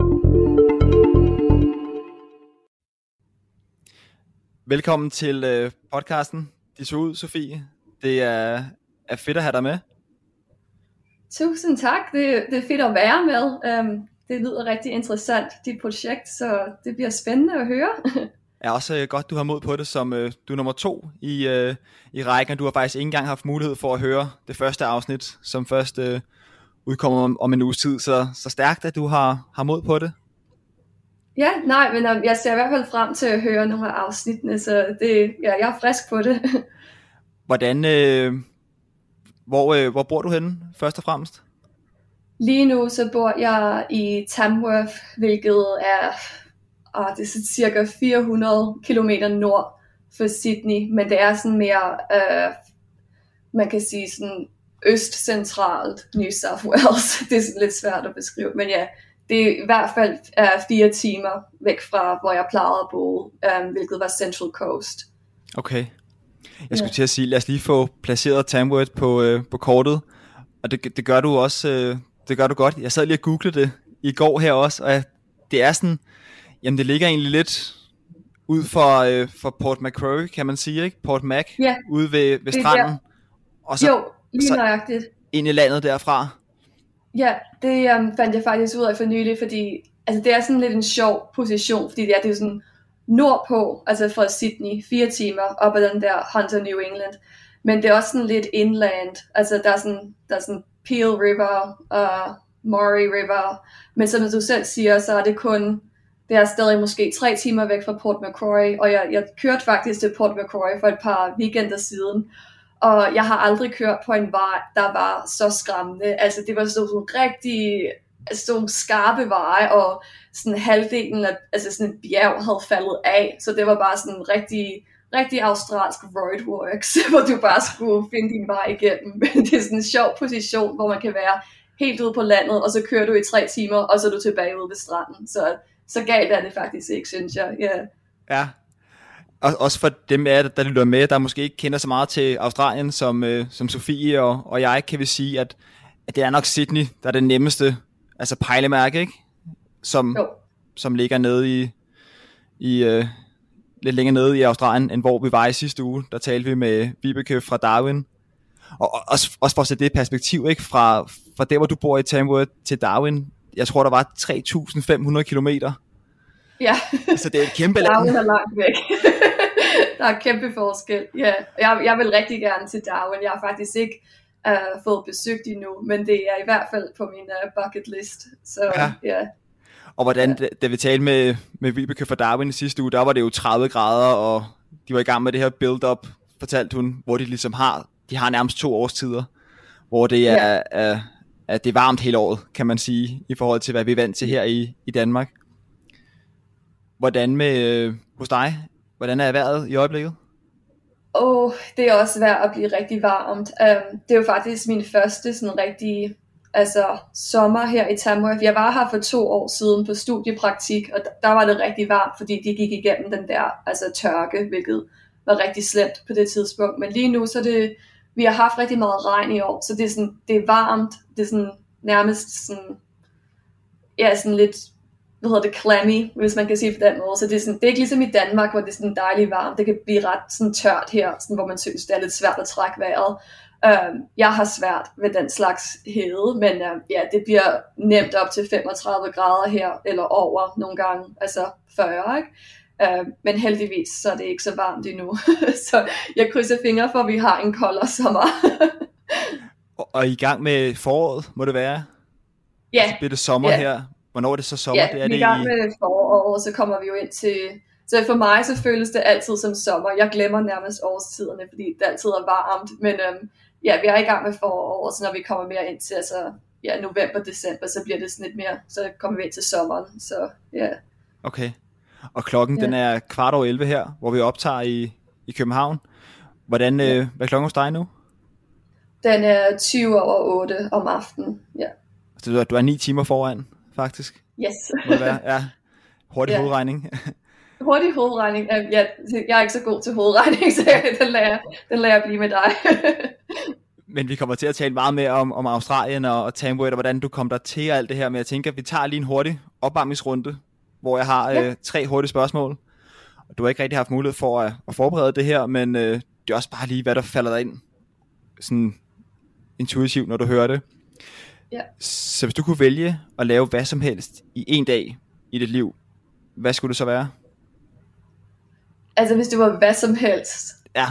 Velkommen til øh, podcasten De To Ud, Sofie. Det er, er fedt at have dig med. Tusind tak, det, det er fedt at være med. Um, det lyder rigtig interessant, dit projekt, så det bliver spændende at høre. Det er også øh, godt, du har mod på det, som øh, du er nummer to i, øh, i rækken. Du har faktisk ikke engang haft mulighed for at høre det første afsnit, som først øh, udkommer om, om en uges tid. Så, så stærkt, at du har, har mod på det. Ja, nej, men um, jeg ser i hvert fald frem til at høre nogle af afsnittene, så det, ja, jeg er frisk på det. Hvordan, øh, hvor, øh, hvor bor du henne, først og fremmest? Lige nu så bor jeg i Tamworth, hvilket er, ah, det er cirka fire hundrede kilometer nord for Sydney, men det er sådan mere, øh, man kan sige sådan østcentralt New South Wales. Det er sådan lidt svært at beskrive, men ja, det er i hvert fald uh, fire timer væk fra, hvor jeg plejede at bo, um, hvilket var Central Coast. Okay. Jeg skulle ja. til at sige, lad os lige få placeret Tamworth på, øh, på kortet, og det, det gør du også, øh, det gør du godt. Jeg sad lige og googlede det i går her også, og det er sådan, jamen det ligger egentlig lidt ud for, øh, for Port Macquarie, kan man sige, ikke? Port Mac, ja. ude ved, ved stranden. Og så, jo, lige nøjagtigt. Ind i landet derfra. Ja, det um, fandt jeg faktisk ud af for nylig, fordi altså, det er sådan lidt en sjov position, fordi det er, det er sådan nordpå, altså fra Sydney, fire timer op ad den der Hunter, New England. Men det er også sådan lidt inland, altså der er sådan, der er sådan Peel River og Murray River, men som du selv siger, så er det kun, det er stadig måske tre timer væk fra Port Macquarie, og jeg, jeg kørte faktisk til Port Macquarie for et par weekender siden, og jeg har aldrig kørt på en vej, der var så skræmmende. Altså det var sådan nogle rigtig sådan skarpe veje, og sådan halvdelen af altså sådan et bjerg havde faldet af. Så det var bare sådan rigtig, rigtig australsk roadworks, hvor du bare skulle finde din vej igennem. Men det er sådan en sjov position, hvor man kan være helt ude på landet, og så kører du i tre timer, og så er du tilbage ude ved stranden. Så, så galt er det faktisk ikke, synes jeg. Yeah. Ja. Og også for dem af jer, der lytter med, der måske ikke kender så meget til Australien, som, øh, som Sofie og, og jeg, kan vi sige, at, at det er nok Sydney, der er det nemmeste, altså pejlemærke, ikke? Som, som ligger nede i, i øh, lidt længere nede i Australien, end hvor vi var i sidste uge. Der talte vi med Vibeke fra Darwin. Og, og også, også for at sætte det perspektiv, ikke? Fra, fra der, hvor du bor i Tamworth til Darwin, jeg tror, der var tre tusind fem hundrede kilometer. Ja, så det er et kæmpe land. Darwin er langt væk. Der er kæmpe forskel. Ja, jeg, jeg vil rigtig gerne til Darwin. Jeg har faktisk ikke uh, fået besøgt endnu, men det er i hvert fald på min uh, bucket list. Så ja. Yeah. Og hvordan, ja. da vi talte med, med Vibeke fra Darwin i sidste uge, der var det jo tredive grader, og de var i gang med det her build-up, fortalte hun, hvor de ligesom har, de har nærmest to årstider, hvor det er, ja. er, er, det er varmt hele året, kan man sige, i forhold til, hvad vi er vant til her i, i Danmark. Hvordan med øh, hos dig? Hvordan er vejret i øjeblikket? Åh, oh, det er også værd at blive rigtig varmt. Um, det er jo faktisk min første sådan rigtig altså, sommer her i Tamworth. Jeg var her for to år siden på studiepraktik, og der var det rigtig varmt, fordi de gik igennem den der altså, tørke, hvilket var rigtig slemt på det tidspunkt. Men lige nu, så det, vi har haft rigtig meget regn i år, så det er, sådan, det er varmt. Det er sådan, nærmest sådan, ja, sådan lidt, hvad hedder det, clammy, hvis man kan sige på den måde. Så det er, sådan, det er ikke ligesom i Danmark, hvor det er sådan dejligt varmt. Det kan blive ret sådan tørt her, sådan, hvor man synes, det er lidt svært at trække vejret. Uh, jeg har svært ved den slags hede, men uh, ja, det bliver nemt op til femogtredive grader her, eller over nogle gange, altså fyrre, ikke? Uh, men heldigvis, så er det ikke så varmt endnu. Så jeg krydser fingre for, at vi har en koldere sommer. og, og I gang med foråret, må det være? Ja. Altså bliver det sommer ja. her? Hvornår er det så sommer? Ja, det er vi er i gang med foråret, så kommer vi jo ind til... Så for mig så føles det altid som sommer. Jeg glemmer nærmest årstiderne, fordi det altid er varmt. Men øhm, ja, vi er i gang med foråret, så når vi kommer mere ind til altså, ja, november, december, så bliver det sådan lidt mere, så kommer vi ind til sommeren. Så ja. Okay. Og klokken, ja. den er kvart over elleve her, hvor vi optager i, i København. Hvordan, ja. øh, hvad er klokken hos dig nu? Den er tyve over otte om aftenen, ja. Så du er, du er ni timer foran, faktisk? Yes. Må det være? Ja. Hurtig ja. hovedregning. Hurtig hovedregning. Ja, jeg er ikke så god til hovedregning, så den lader, den lader jeg blive med dig. Men vi kommer til at tale meget mere om, om Australien og, og Tamworth, og hvordan du kom der til alt det her. Men jeg tænker, at vi tager lige en hurtig opvarmningsrunde, hvor jeg har ja. øh, tre hurtige spørgsmål. Og du har ikke rigtig haft mulighed for at, at forberede det her, men øh, det er også bare lige, hvad der falder dig ind sådan intuitivt, når du hører det. Ja. Så hvis du kunne vælge at lave hvad som helst i en dag i dit liv, hvad skulle det så være? Altså hvis det var hvad som helst. Ja.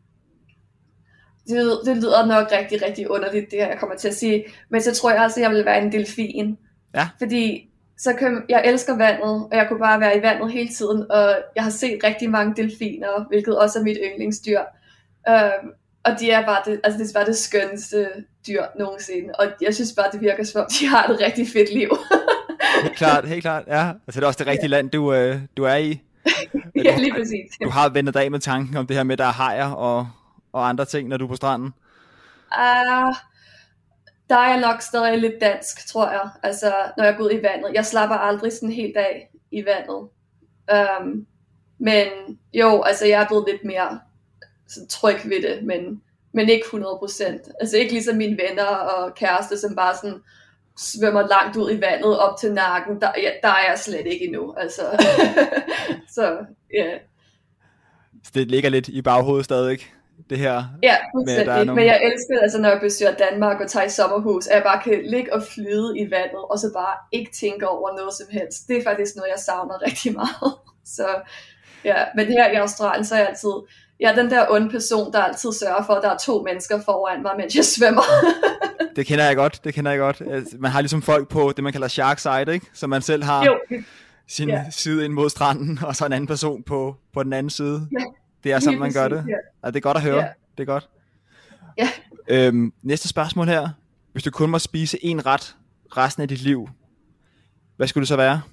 Det, det lyder nok rigtig, rigtig underligt, det her jeg kommer til at sige. Men så tror jeg altså, at jeg vil være en delfin. Ja. Fordi så kan, jeg elsker vandet, og jeg kunne bare være i vandet hele tiden. Og jeg har set rigtig mange delfiner, hvilket også er mit yndlingsdyr. Uh, og de er bare det, altså det er bare det skønneste dyr nogensinde, og jeg synes bare, det virker som om, de har et rigtig fedt liv. Helt klart, helt klart, ja. Altså det er også det rigtige ja. land, du, øh, du er i. Ja, lige præcis. Du har vendt dig med tanken om det her med, der er hajer og, og andre ting, når du er på stranden. Uh, der er jeg nok stadig lidt dansk, tror jeg. Altså, når jeg går ud i vandet. Jeg slapper aldrig sådan en hel dag i vandet. Um, men jo, altså jeg er blevet lidt mere sådan, tryg ved det, men, men ikke hundrede procent. Altså ikke ligesom mine venner og kæreste, som bare sådan svømmer langt ud i vandet op til nakken. Der, ja, der er jeg slet ikke endnu. Altså. Så, ja. Yeah. Så det ligger lidt i baghovedet stadig, det her? Ja, fuldstændig. Nogle... Men jeg elsker, altså når jeg besøger Danmark og tager i sommerhus, at jeg bare kan ligge og flyde i vandet, og så bare ikke tænke over noget som helst. Det er faktisk noget, jeg savner rigtig meget. Så ja, men her i Australien, så er jeg altid, jeg er den der onde person, der altid sørger for, at der er to mennesker foran mig, mens jeg svømmer. Det kender jeg godt, det kender jeg godt. Man har ligesom folk på det, man kalder shark side, ikke? Så man selv har jo. sin ja. side ind mod stranden, og så en anden person på, på den anden side. Ja. Det er sådan, man gør det. Ja. Ja, det er godt at høre. Ja. Det er godt. Ja. Øhm, næste spørgsmål her. Hvis du kun må spise en ret resten af dit liv, hvad skulle det så være?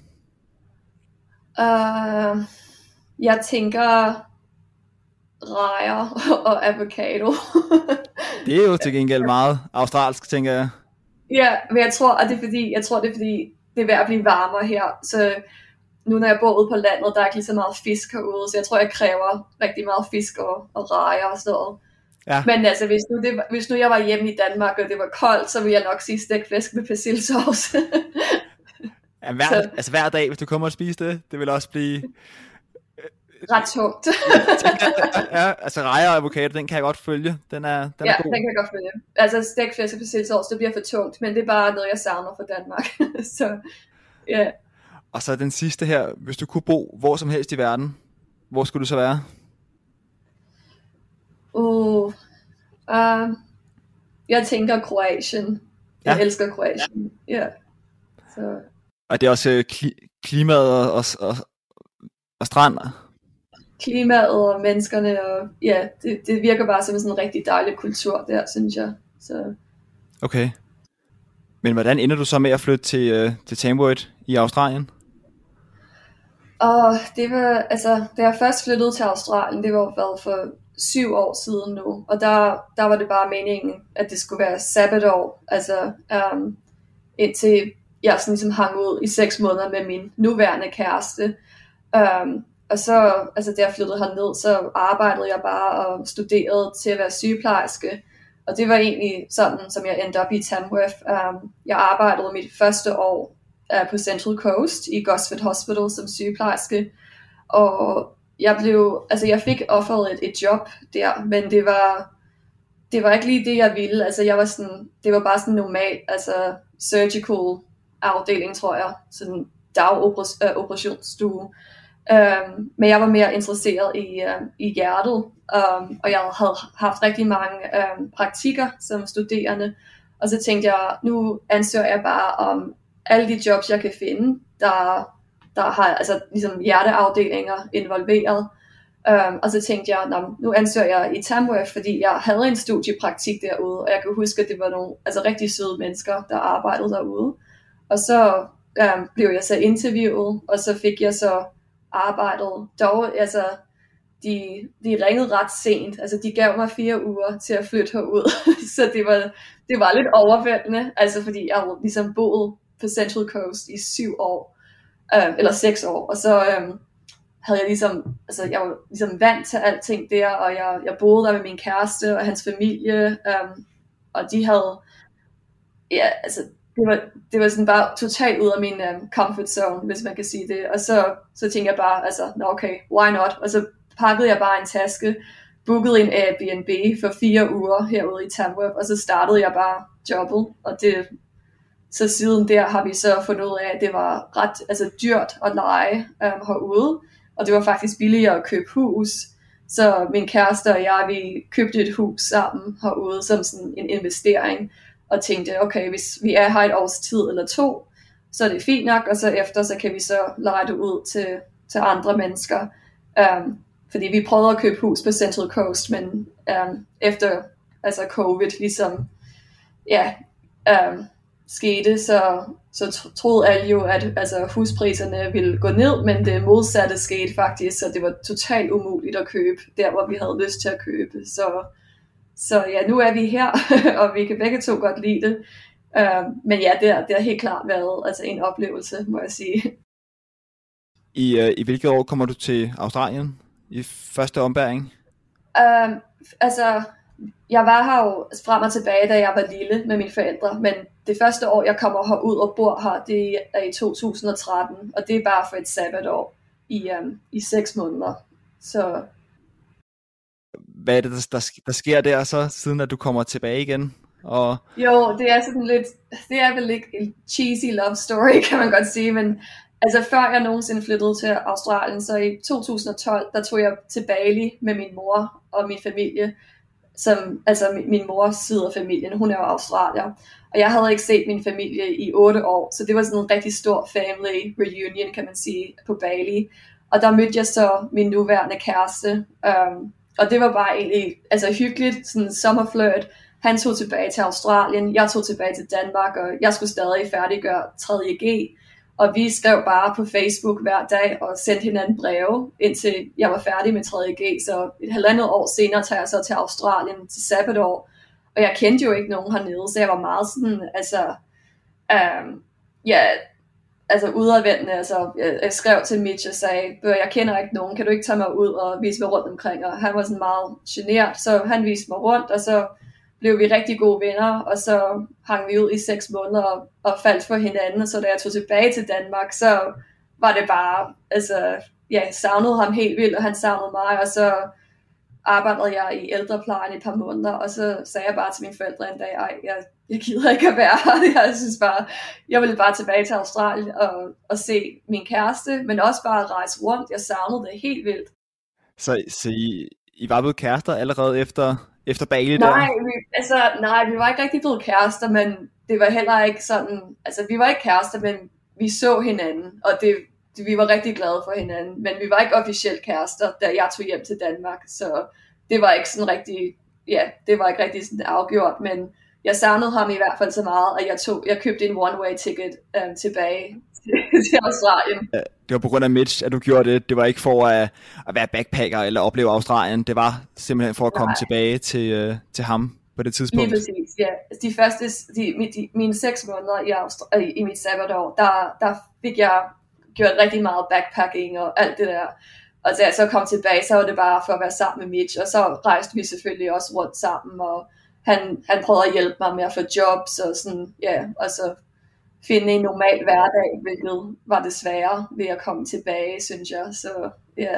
Uh, jeg tænker rejer og avocado. Det er jo til gengæld meget australsk, tænker jeg. Ja, men jeg tror, at det er fordi, jeg tror, det er fordi, det er ved at blive varmere her, så nu når jeg bor ude på landet, der er ikke lige så meget fisk herude, så jeg tror, jeg kræver rigtig meget fisk og, og rejer og sådan noget. Ja. Men altså, hvis nu, det, hvis nu jeg var hjemme i Danmark, og det var koldt, så ville jeg nok sige stegt flæsk med persillesauce. Ja, hver, altså hver dag, hvis du kommer og spiser det, det vil også blive... ret tungt. Ja, altså rejer og avocado, den kan jeg godt følge. Den er, den ja, er god. den kan jeg godt følge. Altså stegt flæsk og persillesauce, det bliver for tungt, men det er bare noget, jeg savner fra Danmark. Så ja. Yeah. Og så den sidste her, hvis du kunne bo hvor som helst i verden, hvor skulle du så være? Uh, uh, jeg tænker Kroatien. Jeg ja. elsker Kroatien. Ja. Yeah. Så. Og det er også kli- klimaet og, og, og, og strand? Klimaet og menneskerne, og ja, det, det virker bare som sådan en rigtig dejlig kultur der, synes jeg. Så. Okay. Men hvordan ender du så med at flytte til, uh, til Tamworth i Australien? Og det var, altså, da jeg først flyttede til Australien, det var været for syv år siden nu, og der, der var det bare meningen, at det skulle være sabbatår, altså um, indtil jeg sådan ligesom hang ud i seks måneder med min nuværende kæreste. Um, og så, altså da jeg flyttede herned, så arbejdede jeg bare og studerede til at være sygeplejerske, og det var egentlig sådan, som jeg endte op i Tamworth. Um, jeg arbejdede mit første år på Central Coast i Gosford Hospital som sygeplejerske, og jeg blev, altså jeg fik offeret et, et job der, men det var, det var ikke lige det jeg ville, altså jeg var sådan, det var bare sådan normal, altså surgical afdeling, tror jeg, sådan dagoperationsstue, um, men jeg var mere interesseret i, um, i hjertet, um, og jeg havde haft rigtig mange um, praktikker som studerende, og så tænkte jeg, nu ansøger jeg bare om alle de jobs, jeg kan finde, der, der har altså ligesom hjerteafdelinger involveret. Um, og så tænkte jeg, nu ansøger jeg i Tamworth, fordi jeg havde en studiepraktik derude, og jeg kan huske, at det var nogle altså rigtig søde mennesker, der arbejdede derude. Og så um, blev jeg så interviewet, og så fik jeg så arbejdet. Dog, altså, de, de ringede ret sent, altså de gav mig fire uger til at flytte herud, så det var, det var lidt overvældende, altså fordi jeg havde ligesom boet på Central Coast i syv år, øh, eller seks år, og så øh, havde jeg ligesom, altså jeg var ligesom vant til alting der, og jeg, jeg boede der med min kæreste og hans familie, øh, og de havde, ja, altså det var, det var sådan bare totalt ud af min um, comfort zone, hvis man kan sige det, og så, så tænkte jeg bare, altså, no, okay, why not, og så pakkede jeg bare en taske, bookede en Airbnb for fire uger herude i Tamworth, og så startede jeg bare jobbet, og det, så siden der har vi så fundet ud af, at det var ret altså dyrt at leje um, herude, og det var faktisk billigere at købe hus, så min kæreste og jeg, vi købte et hus sammen herude som sådan en investering, og tænkte, okay, hvis vi er her et års tid eller to, så er det fint nok, og så efter, så kan vi så leje det ud til, til andre mennesker, um, fordi vi prøvede at købe hus på Central Coast, men um, efter altså covid ligesom ja, um, skete, så, så troede alle jo, at altså, huspriserne ville gå ned, men det modsatte skete faktisk, så det var totalt umuligt at købe der, hvor vi havde lyst til at købe. Så, så ja, nu er vi her, og vi kan begge to godt lide det. Uh, men ja, det har, det har helt klart været altså, en oplevelse, må jeg sige. I, uh, I hvilket år kommer du til Australien i første ombæring? Uh, altså, jeg var her jo frem og tilbage, da jeg var lille med mine forældre, men det første år, jeg kommer herud og bor her, det er i to tusind og tretten, og det er bare for et sabbatår i, um, i seks måneder. Så... Hvad er det, der, der, der sker der så, siden at du kommer tilbage igen? Og... Jo, det er sådan lidt, det er vel ikke en cheesy love story, kan man godt sige, men altså før jeg nogensinde flyttede til Australien, så i to tusind og tolv, der tog jeg til Bali med min mor og min familie, som, altså min, min mors side af familien, hun er jo australier, og jeg havde ikke set min familie i otte år, så det var sådan en rigtig stor family reunion, kan man sige, på Bali, og der mødte jeg så min nuværende kæreste, um, og det var bare egentlig altså hyggeligt, sådan en sommerflirt. Han tog tilbage til Australien, jeg tog tilbage til Danmark, og jeg skulle stadig færdiggøre tredje G. Og vi skrev bare på Facebook hver dag og sendte hinanden breve, indtil jeg var færdig med tredje G. Så et halvandet år senere tager jeg så til Australien til sabbatår. Og jeg kendte jo ikke nogen hernede, så jeg var meget sådan, altså, um, ja, altså udadvendende. Altså, jeg, jeg skrev til Mitch og sagde, jeg kender ikke nogen, kan du ikke tage mig ud og vise mig rundt omkring? Og han var sådan meget genert, så han viste mig rundt, og så blev vi rigtig gode venner, og så hang vi ud i seks måneder og, og faldt for hinanden, og så da jeg tog tilbage til Danmark, så var det bare, altså, ja, jeg savnede ham helt vildt, og han savnede mig, og så arbejdede jeg i ældreplejen et par måneder, og så sagde jeg bare til mine forældre en dag, ej, jeg, jeg gider ikke at være her, jeg synes bare, jeg ville bare tilbage til Australien og, og se min kæreste, men også bare rejse rundt, jeg savnede det helt vildt. Så, så I, I var blevet kærester allerede efter... Efter Bali der? Nej, vi, altså, nej, vi var ikke rigtig blevet kærester, men det var heller ikke sådan, altså vi var ikke kærester, men vi så hinanden, og det, det, vi var rigtig glade for hinanden, men vi var ikke officielt kærester, da jeg tog hjem til Danmark, så det var ikke sådan rigtig, ja, det var ikke rigtig sådan afgjort, men jeg savnede ham i hvert fald så meget, at jeg, tog, jeg købte en one-way ticket um, tilbage til Australien. Det var på grund af Mitch, at du gjorde det. Det var ikke for at, at være backpacker eller opleve Australien. Det var simpelthen for at komme Nej. tilbage til, uh, til ham på det tidspunkt. Lige præcis, ja. De første, de, de, mine seks måneder i, Austra- i, i mit sabbatår, der, der fik jeg gjort rigtig meget backpacking og alt det der. Og da jeg så kom tilbage, så var det bare for at være sammen med Mitch. Og så rejste vi selvfølgelig også rundt sammen, og han, han prøvede at hjælpe mig med at få jobs og sådan, ja, og så finde en normal hverdag, hvilket var det svære ved at komme tilbage, synes jeg. Så ja. Yeah.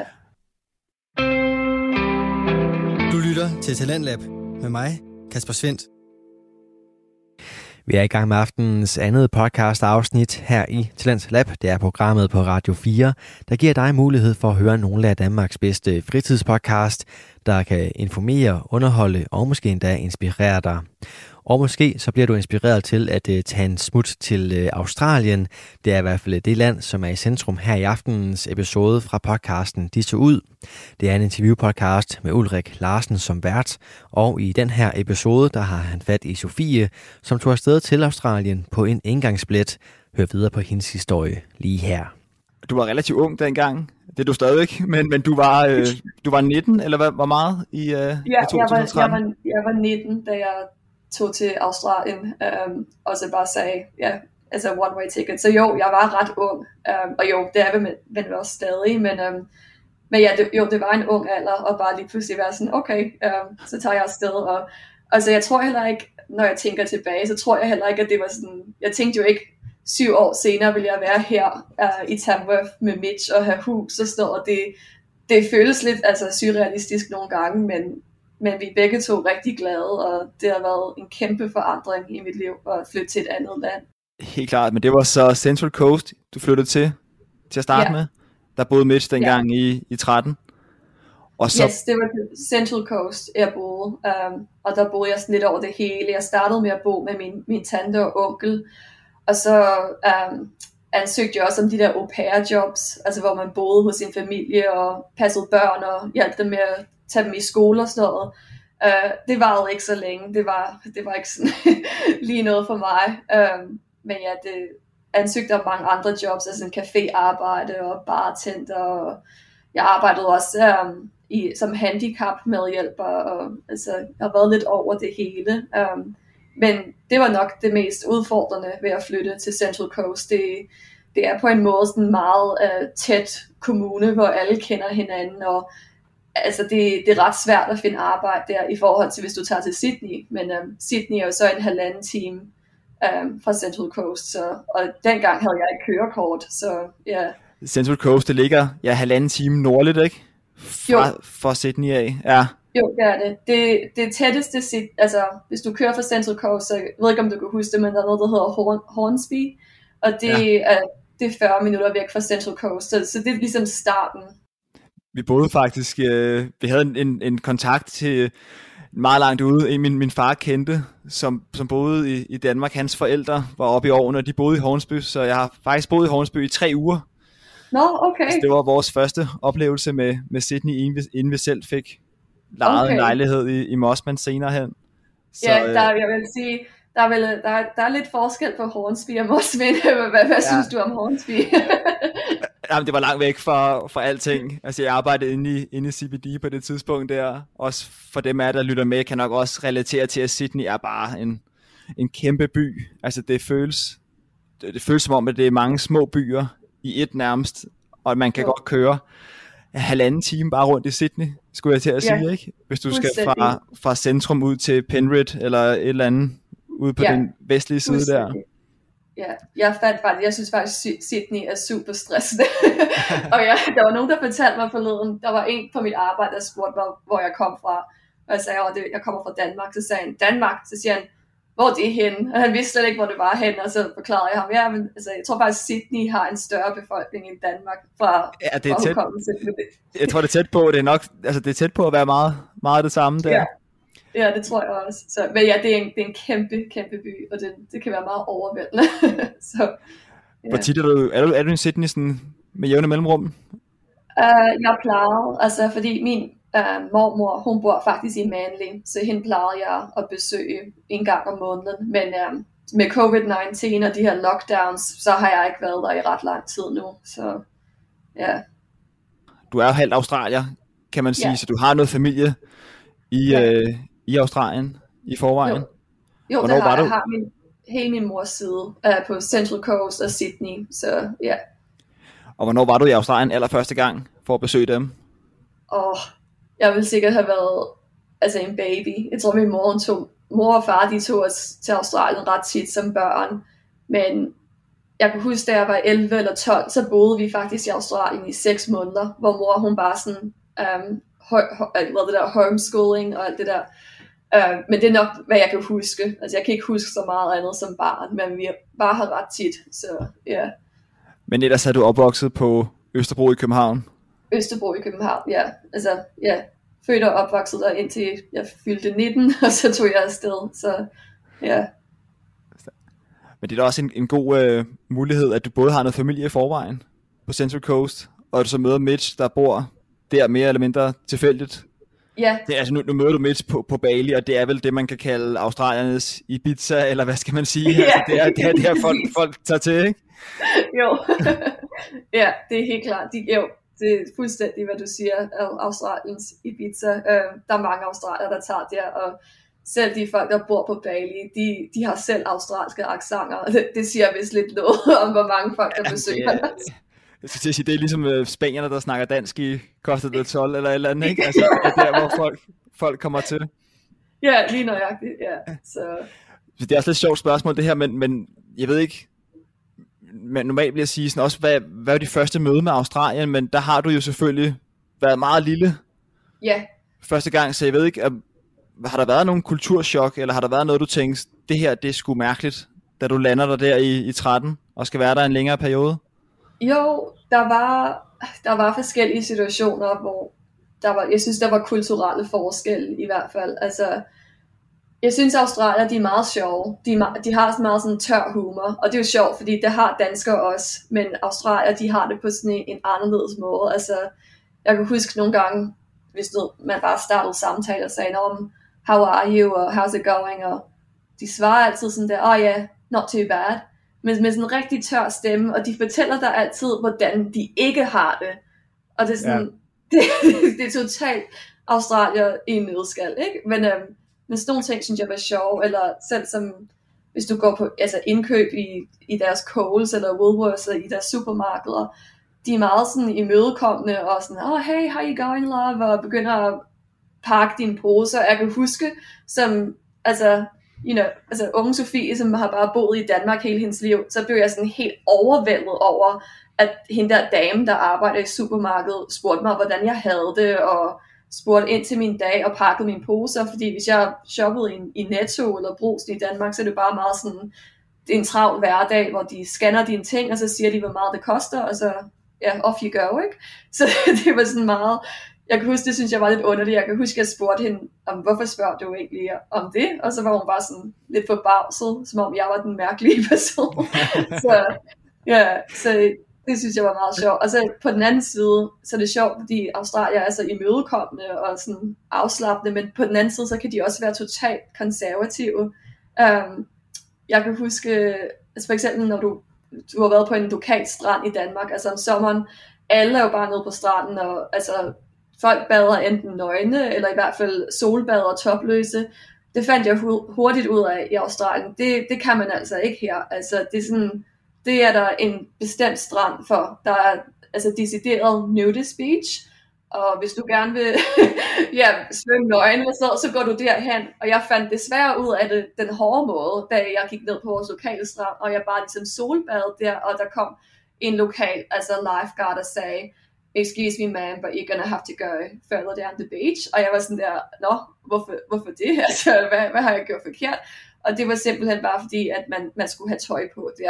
Du lytter til Talentlab med mig, Kasper Svendt. Vi er i gang med aftenens andet podcast afsnit her i Talentlab. Det er programmet på Radio fire, der giver dig mulighed for at høre nogle af Danmarks bedste fritidspodcast, der kan informere, underholde og måske endda inspirere dig. Og måske så bliver du inspireret til at uh, tage en smut til uh, Australien. Det er i hvert fald det land, som er i centrum her i aftenens episode fra podcasten De så ud. Det er en interviewpodcast med Ulrik Larsen som vært, og i den her episode, der har han fat i Sofie, som tog afsted til Australien på en indgangsbillet. Hør videre på hendes historie lige her. Du var relativt ung dengang. Det er du stadigvæk, men, men du var øh, du var nitten, eller hvad, hvor meget i, øh, ja, i to tusind og tretten? Jeg var, jeg, var, jeg var nitten, da jeg tog til Australien, um, og så bare sagde, ja, altså one-way ticket. Så jo, jeg var ret ung, um, og jo, det er vel også stadig, men, um, men ja, det, jo, det var en ung alder, og bare lige pludselig være sådan, okay, um, så tager jeg afsted, og altså, jeg tror heller ikke, når jeg tænker tilbage, så tror jeg heller ikke, at det var sådan, jeg tænkte jo ikke, syv år senere vil jeg være her uh, i Tamworth med Mitch og have hus og sådan, og det, det føles lidt altså, surrealistisk nogle gange, men Men vi er begge to rigtig glade, og det har været en kæmpe forandring i mit liv at flytte til et andet land. Helt klart, men det var så Central Coast, du flyttede til, til at starte ja. med? Der boede Mitch dengang ja. i, i tretten? Og så... Yes, det var Central Coast, jeg boede, um, og der boede jeg sådan lidt over det hele. Jeg startede med at bo med min, min tante og onkel, og så um, ansøgte jeg også om de der au pair jobs, altså hvor man boede hos sin familie og passede børn og hjalp dem med at tage dem i skole og sådan noget. Uh, det varede ikke så længe, det var, det var ikke sådan lige noget for mig. Uh, men ja, det ansøgte om mange andre jobs, altså en caféarbejde og bartender, og jeg arbejdede også um, i, som handicap-medhjælper, og altså, jeg har været lidt over det hele. Um, men det var nok det mest udfordrende ved at flytte til Central Coast. Det, det er på en måde sådan en meget uh, tæt kommune, hvor alle kender hinanden, og altså det, det er ret svært at finde arbejde der i forhold til, hvis du tager til Sydney. Men um, Sydney er jo så en halvanden time um, fra Central Coast, så, og dengang havde jeg et kørekort, så ja. Yeah. Central Coast, det ligger ja, halvanden time nordligt, ikke? Fra, fra Sydney af, ja. Jo, det er det. Det, det tætteste, altså hvis du kører fra Central Coast, så jeg ved ikke, om du kan huske det, men der er noget, der hedder Horn, Hornsby, og det, ja. er, det er fyrre minutter væk fra Central Coast, så, så det er ligesom starten. Vi boede faktisk, øh, vi havde en, en, en kontakt til meget langt ude, en min, min far kendte, som, som boede i, i Danmark. Hans forældre var oppe i årene, og de boede i Hornsby, så jeg har faktisk boet i Hornsby i tre uger. Nå, no, okay. Altså, det var vores første oplevelse med, med Sydney, inden vi, inden vi selv fik lejet okay. en lejlighed i, i Mossman senere hen. Så, ja, der, jeg vil sige, der er, vel, der, er, der er lidt forskel på Hornsby og Mossman. Hvad, hvad ja. synes du om Hornsby? Jamen, det var langt væk fra, fra alting. Altså, jeg arbejdede inde i, inde i C B D på det tidspunkt der. Også for dem af der lytter med, kan nok også relatere til, at Sydney er bare en, en kæmpe by. Altså, det føles, det, det føles som om, at det er mange små byer i et nærmest, og man kan jo. godt køre halvanden time bare rundt i Sydney, skulle jeg til at sige, ja. ikke? Hvis du skal fra, fra centrum ud til Penrith, eller et eller andet, ude på ja. den vestlige side der. Ja, jeg fandt faktisk, jeg synes faktisk, Sydney er super stressende. Og ja, der var nogen, der fortalte mig forleden, der var en på mit arbejde, der spurgte mig, hvor jeg kom fra. Og jeg sagde, at jeg kommer fra Danmark. Så sagde han, Danmark? Så siger han, hvor det er henne? Og han vidste slet ikke, hvor det var henne. Og så forklarede jeg ham, ja, men altså, jeg tror faktisk, Sydney har en større befolkning end Danmark. Fra, ja, det er tæt. Jeg tror, det er tæt på, det er nok, altså det er tæt på at være meget, meget det samme der. Ja. Ja, det tror jeg også. Så, men ja, det er, en, det er en kæmpe, kæmpe by, og det, det kan være meget overvældende. Så, ja. Hvor tit er du, er du, er du i Sydney sådan med jævne mellemrum? Uh, jeg plejede, altså fordi min uh, mormor, hun bor faktisk i Manly, så hende plejede jeg at besøge en gang om måneden. Men uh, med covid nitten og de her lockdowns, så har jeg ikke været der i ret lang tid nu. Så ja. Du er jo halvt australier, kan man sige, ja. så du har noget familie i, ja. øh, i Australien i forvejen. Jo, jo det har jeg. Har min, hele min mors side uh, på Central Coast og Sydney, så ja. Og hvornår var du i Australien allerførste gang for at besøge dem? Åh, oh, jeg ville sikkert have været altså en baby. Jeg tror min mor, tog, mor og far de tog os til Australien ret tit som børn. Men jeg kan huske, da jeg var elleve eller tolv, så boede vi faktisk i Australien i seks måneder, hvor mor hun bare sådan, um, hø- hø- det der homeschooling og alt det der. Uh, men det er nok, hvad jeg kan huske. Altså jeg kan ikke huske så meget andet som barn, men vi bare har ret tit, så ja. Yeah. Men ellers er du opvokset på Østerbro i København? Østerbro i København, ja. Altså, ja. Født og opvokset der indtil jeg fyldte nitten, og så tog jeg afsted, så ja. Men det er da også en, en god øh, mulighed, at du både har noget familie i forvejen på Central Coast, og du så møder Mitch, der bor der mere eller mindre tilfældigt. Ja. Det er, altså, nu, nu møder du Mitch på, på Bali, og det er vel det, man kan kalde australiernes Ibiza, eller hvad skal man sige? Ja. Altså, det er det, er, det er folk, folk tager til, ikke? Jo, ja, det er helt klart. De, jo, det er fuldstændig, hvad du siger, Australiens Ibiza. Øh, der er mange australier, der tager der, og selv de folk, der bor på Bali, de, de har selv australske accenter, og det, det siger vist lidt noget om, hvor mange folk, der besøger ja, os. Jeg skal til at sige, det er ligesom uh, spanierne, der snakker dansk i Costa del Sol, eller et eller andet, ikke? Altså, det er der, hvor folk, folk kommer til. Ja, lige nøjagtigt, ja. Så. Så det er også lidt sjovt spørgsmål, det her, men, men jeg ved ikke, men normalt vil jeg sige sådan også, hvad, hvad er de første møde med Australien, men der har du jo selvfølgelig været meget lille. Ja. Første gang, så jeg ved ikke, har der været nogen kulturschok, eller har der været noget, du tænkte, det her, det er sgu mærkeligt, da du lander der der i, i tretten, og skal være der en længere periode? Jo, der var, der var forskellige situationer, hvor der var, jeg synes, der var kulturelle forskelle i hvert fald. Altså, Jeg synes, at Australier, de er meget sjove. De, er meget, de har sådan meget sådan tør humor, og det er jo sjovt, fordi det har danskere også, men Australier, de har det på sådan en, en anderledes måde. Altså, jeg kan huske nogle gange, hvis du, man bare startede samtaler og sagde, om how are you, og how's it going, og de svarer altid sådan der, oh yeah, not too bad, men med sådan en rigtig tør stemme, og de fortæller dig altid, hvordan de ikke har det. Og det er sådan, ja. det, det er totalt Australier i en nødskal, ikke? Men, øhm, men sådan nogle ting, synes jeg var sjove, eller selv som, hvis du går på altså indkøb i, i deres Coles, eller Woolworths, eller i deres supermarkeder, de er meget sådan imødekommende, og sådan, oh hey, how you going, love, og begynder at pakke dine poser. Jeg kan huske, som, altså, you know, altså unge Sofie, som har bare boet i Danmark hele hendes liv, så blev jeg sådan helt overvældet over, at hende der dame, der arbejder i supermarkedet, spurgte mig, hvordan jeg havde det, og spurgte ind til min dag og pakkede mine poser, fordi hvis jeg shoppede i, i Netto eller Brugsen i Danmark, så er det bare meget sådan, det er en travl hverdag, hvor de scanner dine ting, og så siger de, hvor meget det koster, og så, ja, off you go, ikke? Så det var sådan meget, jeg kan huske, det synes jeg var lidt underligt, jeg kan huske, jeg spurgte hende, om hvorfor spørger du egentlig om det, og så var hun bare sådan lidt forbavset, som om jeg var den mærkelige person. så, ja, så det synes jeg var meget sjovt. Og så på den anden side, så er det sjovt, fordi Australier er så imødekommende og sådan afslappende, men på den anden side, så kan de også være totalt konservative. Um, jeg kan huske, altså for eksempel, når du, du har været på en lokal strand i Danmark, altså om sommeren, alle er jo bare nede på stranden, og altså folk bader enten nøgne, eller i hvert fald solbader og topløse. Det fandt jeg hurtigt ud af i Australien. Det, det kan man altså ikke her. Altså det er sådan, det er der en bestemt strand for. Der er altså decideret nudist beach, og hvis du gerne vil ja, svømme nøgen, så, så går du derhen. Og jeg fandt desværre ud af det den hårde måde, da jeg gik ned på vores lokale strand, og jeg bare ligesom solbadede der, og der kom en lokal, altså lifeguard, og sagde, excuse me man, but you're gonna have to go further down the beach. Og jeg var sådan der, nå, hvorfor, hvorfor det? Altså, hvad, hvad har jeg gjort forkert? Og det var simpelthen bare fordi, at man, man skulle have tøj på der.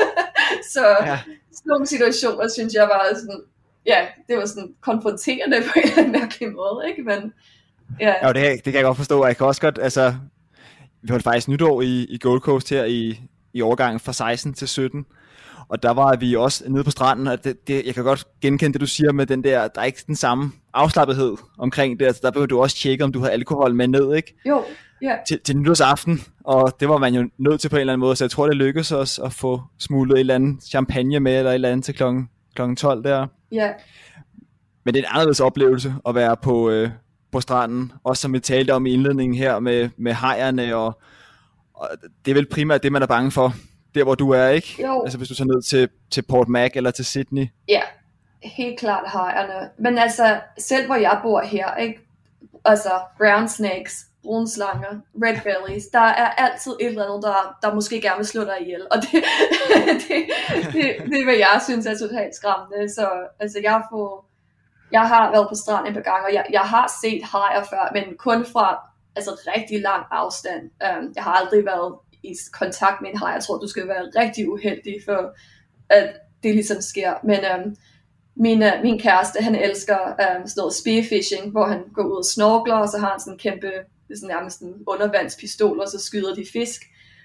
Så ja. Sådan nogle situationer, synes jeg var sådan, ja, det var sådan konfronterende på en eller anden mærkelig måde, ikke? Men, ja. Ja, det, det kan jeg godt forstå. Jeg kan også godt, altså, vi holdt faktisk nytår i, i Gold Coast her i, i overgangen fra seksten til sytten. Og der var vi også nede på stranden, og det, det, jeg kan godt genkende det, du siger med den der, der er ikke den samme afslappethed omkring det. Altså, der behøver du også tjekke, om du har alkohol med ned, ikke? Jo, ja. Yeah. Til, til nytårsaften, og det var man jo nødt til på en eller anden måde, så jeg tror, det lykkedes os at få smuglet et eller andet champagne med, eller et eller andet til klokken, klokken tolv der. Ja. Yeah. Men det er en anderledes oplevelse at være på, øh, på stranden, også som vi talte om i indledningen her med, med hajerne, og, og det er vel primært det, man er bange for. Der hvor du er, ikke? Jo. Altså hvis du tager ned til, til Port Mac eller til Sydney. Ja, helt klart hajerne. Men altså, selv hvor jeg bor her, ikke? Altså, brown snakes, brunslanger, red bellies, der er altid et eller andet, der, der måske gerne vil slå dig ihjel. Og det, det, det, det er, hvad jeg synes er totalt skræmmende. Så altså, jeg får, jeg har været på stranden et par gange, og jeg, jeg har set hajer før, men kun fra altså, rigtig lang afstand. Um, jeg har aldrig været i kontakt med en haj. Jeg tror, du skal være rigtig uheldig for, at det ligesom sker. Men øhm, min, øh, min kæreste, han elsker øhm, sådan noget spearfishing, hvor han går ud og snorkler, og så har han sådan en kæmpe, det er sådan nærmest en undervandspistol, og så skyder de fisk.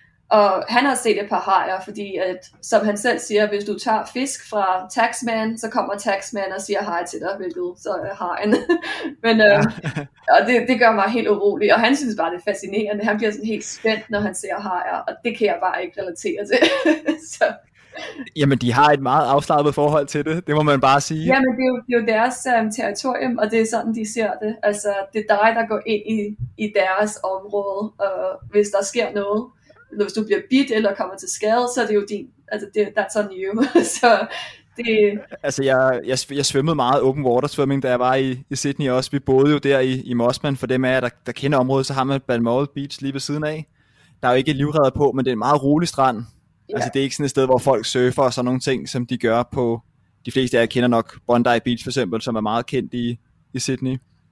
Og han har set et par hajer, fordi at, som han selv siger, hvis du tager fisk fra Taxman, så kommer Taxman og siger hej til dig, hvilket så er hajen. Men øh, og det, det gør mig helt urolig, og han synes bare, det er fascinerende. Han bliver sådan helt spændt, når han ser hajer, og det kan jeg bare ikke relatere til. så. Jamen, de har et meget afslappet forhold til det, det må man bare sige. Jamen, det er jo, det er jo deres um, territorium, og det er sådan, de ser det. Altså, det er dig, der går ind i, i deres område, og hvis der sker noget, hvis du bliver bidt eller kommer til skade, så er det jo din, altså det, that's on you. så det... Altså jeg, jeg, jeg svømmede meget open water svømning, da jeg var i, i Sydney også. Vi boede jo der i, i Mossman, for dem af jer, der, der kender området, så har man Balmoral Beach lige ved siden af. Der er jo ikke livredder på, men det er en meget rolig strand. Ja. Altså det er ikke sådan et sted, hvor folk surfer og sådan nogle ting, som de gør på, de fleste af jer kender nok Bondi Beach for eksempel, som er meget kendt i, i Sydney.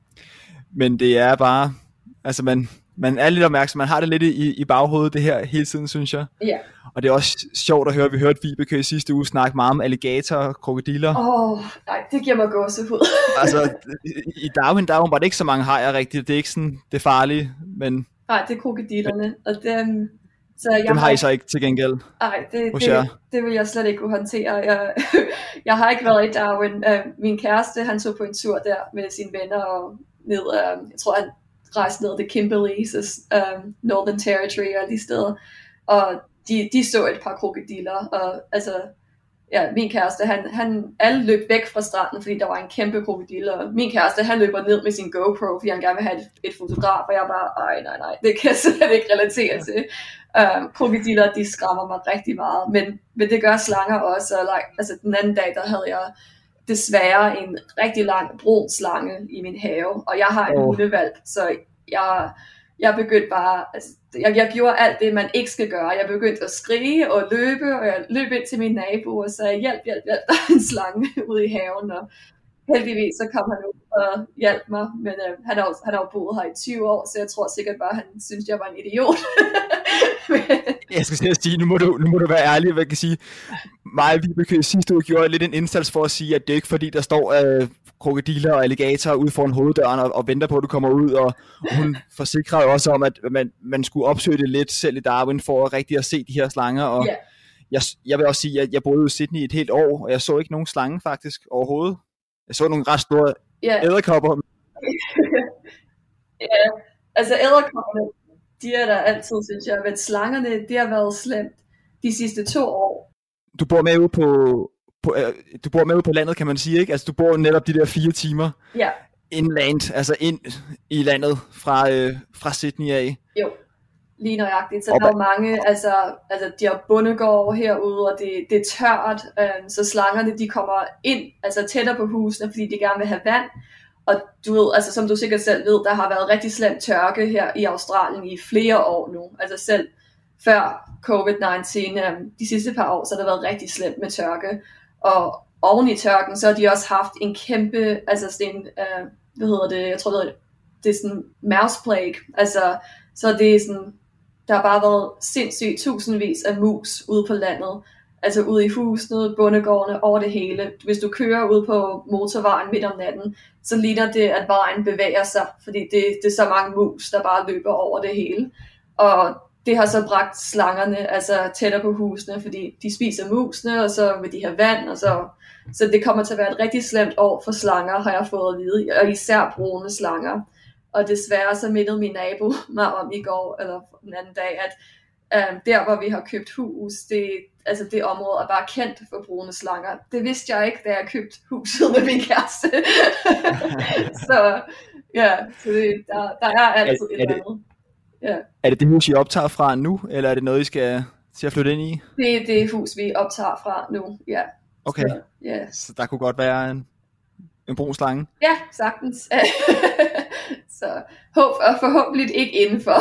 Men det er bare, altså man... Man er lidt opmærksom, man har det lidt i, i baghovedet det her hele tiden, synes jeg. Ja. Og det er også sjovt at høre, vi hørte Vibeke i sidste uge snakke meget om alligator og krokodiller. Åh, oh, nej, det giver mig gåsehud. altså, i Darwin, Darwin var det ikke så mange hajer rigtigt, det er ikke sådan det farlige, men Nej, det er krokodillerne, og dem, så jeg Dem har I så ikke til gengæld? Nej, det, hos det, jer? det vil jeg slet ikke kunne håndtere. Jeg, jeg har ikke været i Darwin. Uh, min kæreste, han tog på en tur der med sine venner, og ned, uh, jeg tror han rejste ned til Kimberley, så, um, Northern Territory og de steder, og de, de så et par krokodiller, og altså, ja, min kæreste, han, han, alle løb væk fra stranden, fordi der var en kæmpe krokodille, og min kæreste, han løber ned med sin GoPro, fordi han gerne vil have et, et fotograf, og jeg bare, ej, nej, nej, det kan jeg slet ikke relatere til. Um, krokodiller, de skræmmer mig rigtig meget, men, men det gør slanger også, og like, altså den anden dag, der havde jeg desværre en rigtig lang brun slange i min have, og jeg har en oh. hundevalp, så jeg, jeg begyndte bare, altså, jeg, jeg gjorde alt det, man ikke skal gøre. Jeg begyndte at skrige og løbe, og jeg løb ind til min nabo og sagde, hjælp, hjælp, hjælp, der er en slange ude i haven, og heldigvis så kom han ud og hjalp mig, men øh, han, har, han har jo boet her i tyve år, så jeg tror sikkert bare, at han synes, jeg var en idiot. Jeg skal sige, nu må du, nu må du være ærlig, hvad jeg kan sige. Mig og Vibeke sidste uge gjorde lidt en indsats for at sige, at det er ikke fordi, der står øh, krokodiller og alligatorer ude foran hoveddøren og, og venter på, at du kommer ud, og, og hun forsikrer jo også om, at man, man skulle opsøge det lidt selv i Darwin, for at rigtig at se de her slanger, og yeah. jeg, jeg vil også sige, at jeg boede i Sydney et helt år, og jeg så ikke nogen slange faktisk overhovedet. Jeg så nogle ret store yeah. edderkopper. Ja, altså edderkopperne, de er der altid, synes jeg, men slangerne, det har været slemt de sidste to år. Du bor med ude på, på øh, du bor med ude på landet, kan man sige, ikke? Altså du bor netop de der fire timer ja. Inland, altså ind i landet fra, øh, fra Sydney af. Jo, lige nøjagtigt. Så der er mange, altså, altså de har bondegård herude, og det, det er tørt, øh, så slangerne, de kommer ind, altså tættere på husene, fordi de gerne vil have vand. Og du ved, altså som du sikkert selv ved, der har været rigtig slem tørke her i Australien i flere år nu. Altså selv før covid nitten, um, de sidste par år, så har der været rigtig slemt med tørke. Og oven i tørken, så har de også haft en kæmpe, altså sådan en, uh, hvad hedder det, jeg tror det, det er sådan mouse plague. Altså, så det er sådan, der har bare været sindssygt tusindvis af mus ude på landet. Altså ude i husene, bondegårdene, over det hele. Hvis du kører ud på motorvejen midt om natten, så ligner det, at vejen bevæger sig, fordi det, det er så mange mus, der bare løber over det hele. Og det har så bragt slangerne altså tættere på husene, fordi de spiser musene, og så vil de have vand, og så, så det kommer til at være et rigtig slemt år for slanger, har jeg fået at vide, og især brune slanger. Og desværre så mindede min nabo mig om i går, eller den anden dag, at Um, der hvor vi har købt hus, det, altså det område er bare kendt for brune slanger. Det vidste jeg ikke, da jeg købte huset med min kæreste. så ja, så det, der, der er altid er, et eller andet. Ja. Er det det hus, I optager fra nu, eller er det noget, I skal til at flytte ind i? Det er det hus, vi optager fra nu, ja. Okay, så, yeah. så der kunne godt være en, en brun slange? Ja, sagtens. så håb, og forhåbentlig ikke indenfor.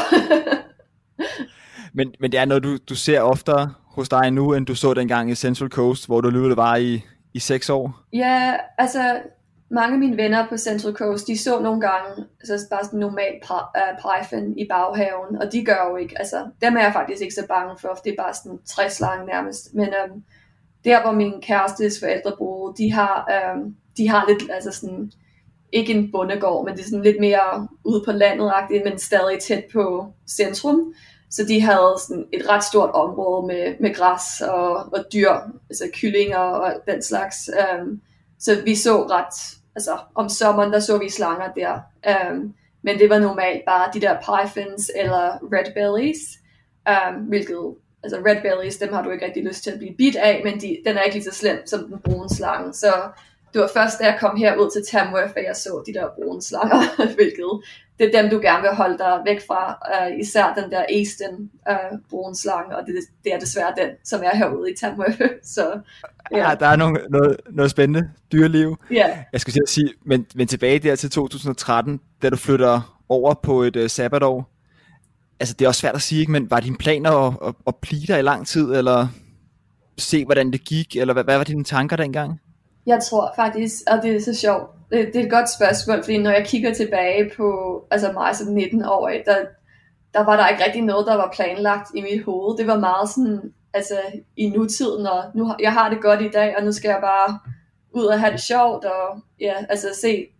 Men, men det er noget, du, du ser oftere hos dig nu, end du så dengang i Central Coast, hvor du alligevel var i, i seks år? Ja, altså mange af mine venner på Central Coast, de så nogle gange altså bare sådan en normal uh, python i baghaven, og de gør jo ikke, altså dem er jeg faktisk ikke så bange for, for det er bare sådan tre slange nærmest. Men um, der hvor min kærestes forældre boede, de har, um, de har lidt, altså sådan, ikke en bondegård, men det er sådan lidt mere ude på landet-agtigt, men stadig tæt på centrum. Så de havde sådan et ret stort område med, med græs og, og dyr, altså kyllinger og den slags. Um, så vi så ret, altså om sommeren, der så vi slanger der. Um, men det var normalt bare de der pythons eller red bellies, um, hvilket, altså red bellies, dem har du ikke rigtig lyst til at blive bidt af, men de, den er ikke lige så slem som den brune slange. Så det var først, da jeg kom herud til Tamworth, at jeg så de der brune slanger, hvilket det er dem, du gerne vil holde dig væk fra, uh, især den der Eastern uh, brune slange, og det, det er desværre den, som er herude i Tamworth. Så, ja. Ja, der er nogle, noget, noget spændende dyreliv. Yeah. Jeg skulle sige, men, men tilbage der til to tusind og tretten, da du flytter over på et uh, sabbatår, altså det er også svært at sige, ikke? Men var dine planer at, at, at blive der i lang tid, eller se, hvordan det gik, eller hvad, hvad var dine tanker dengang? Jeg tror faktisk, og det er så sjovt, det, det er et godt spørgsmål, fordi når jeg kigger tilbage på altså mig som nitten-årig, der, der var der ikke rigtig noget, der var planlagt i mit hoved. Det var meget sådan, altså i nutiden, og nu, jeg har det godt i dag, og nu skal jeg bare ud og have det sjovt, og ja, altså se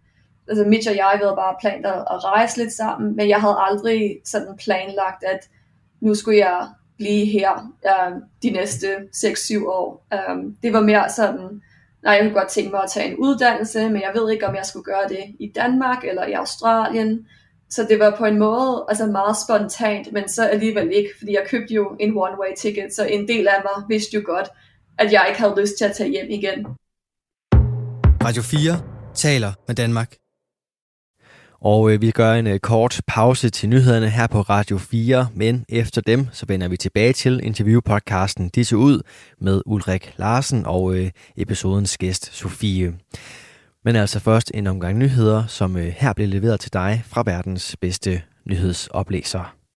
altså Mitch og jeg havde bare planer at rejse lidt sammen, men jeg havde aldrig sådan planlagt, at nu skulle jeg blive her øh, de næste seks syv år. Øh, det var mere sådan, nej, jeg kunne godt tænke mig at tage en uddannelse, men jeg ved ikke, om jeg skulle gøre det i Danmark eller i Australien. Så det var på en måde altså meget spontant, men så alligevel ikke, fordi jeg købte jo en one-way ticket, så en del af mig vidste jo godt, at jeg ikke havde lyst til at tage hjem igen. Radio fire taler med Danmark. Og øh, vi gør en øh, kort pause til nyhederne her på Radio fire, men efter dem, så vender vi tilbage til interviewpodcasten Disse Ud med Ulrik Larsen og øh, episodens gæst Sofie. Men altså først en omgang nyheder, som øh, her bliver leveret til dig fra verdens bedste nyhedsoplæser.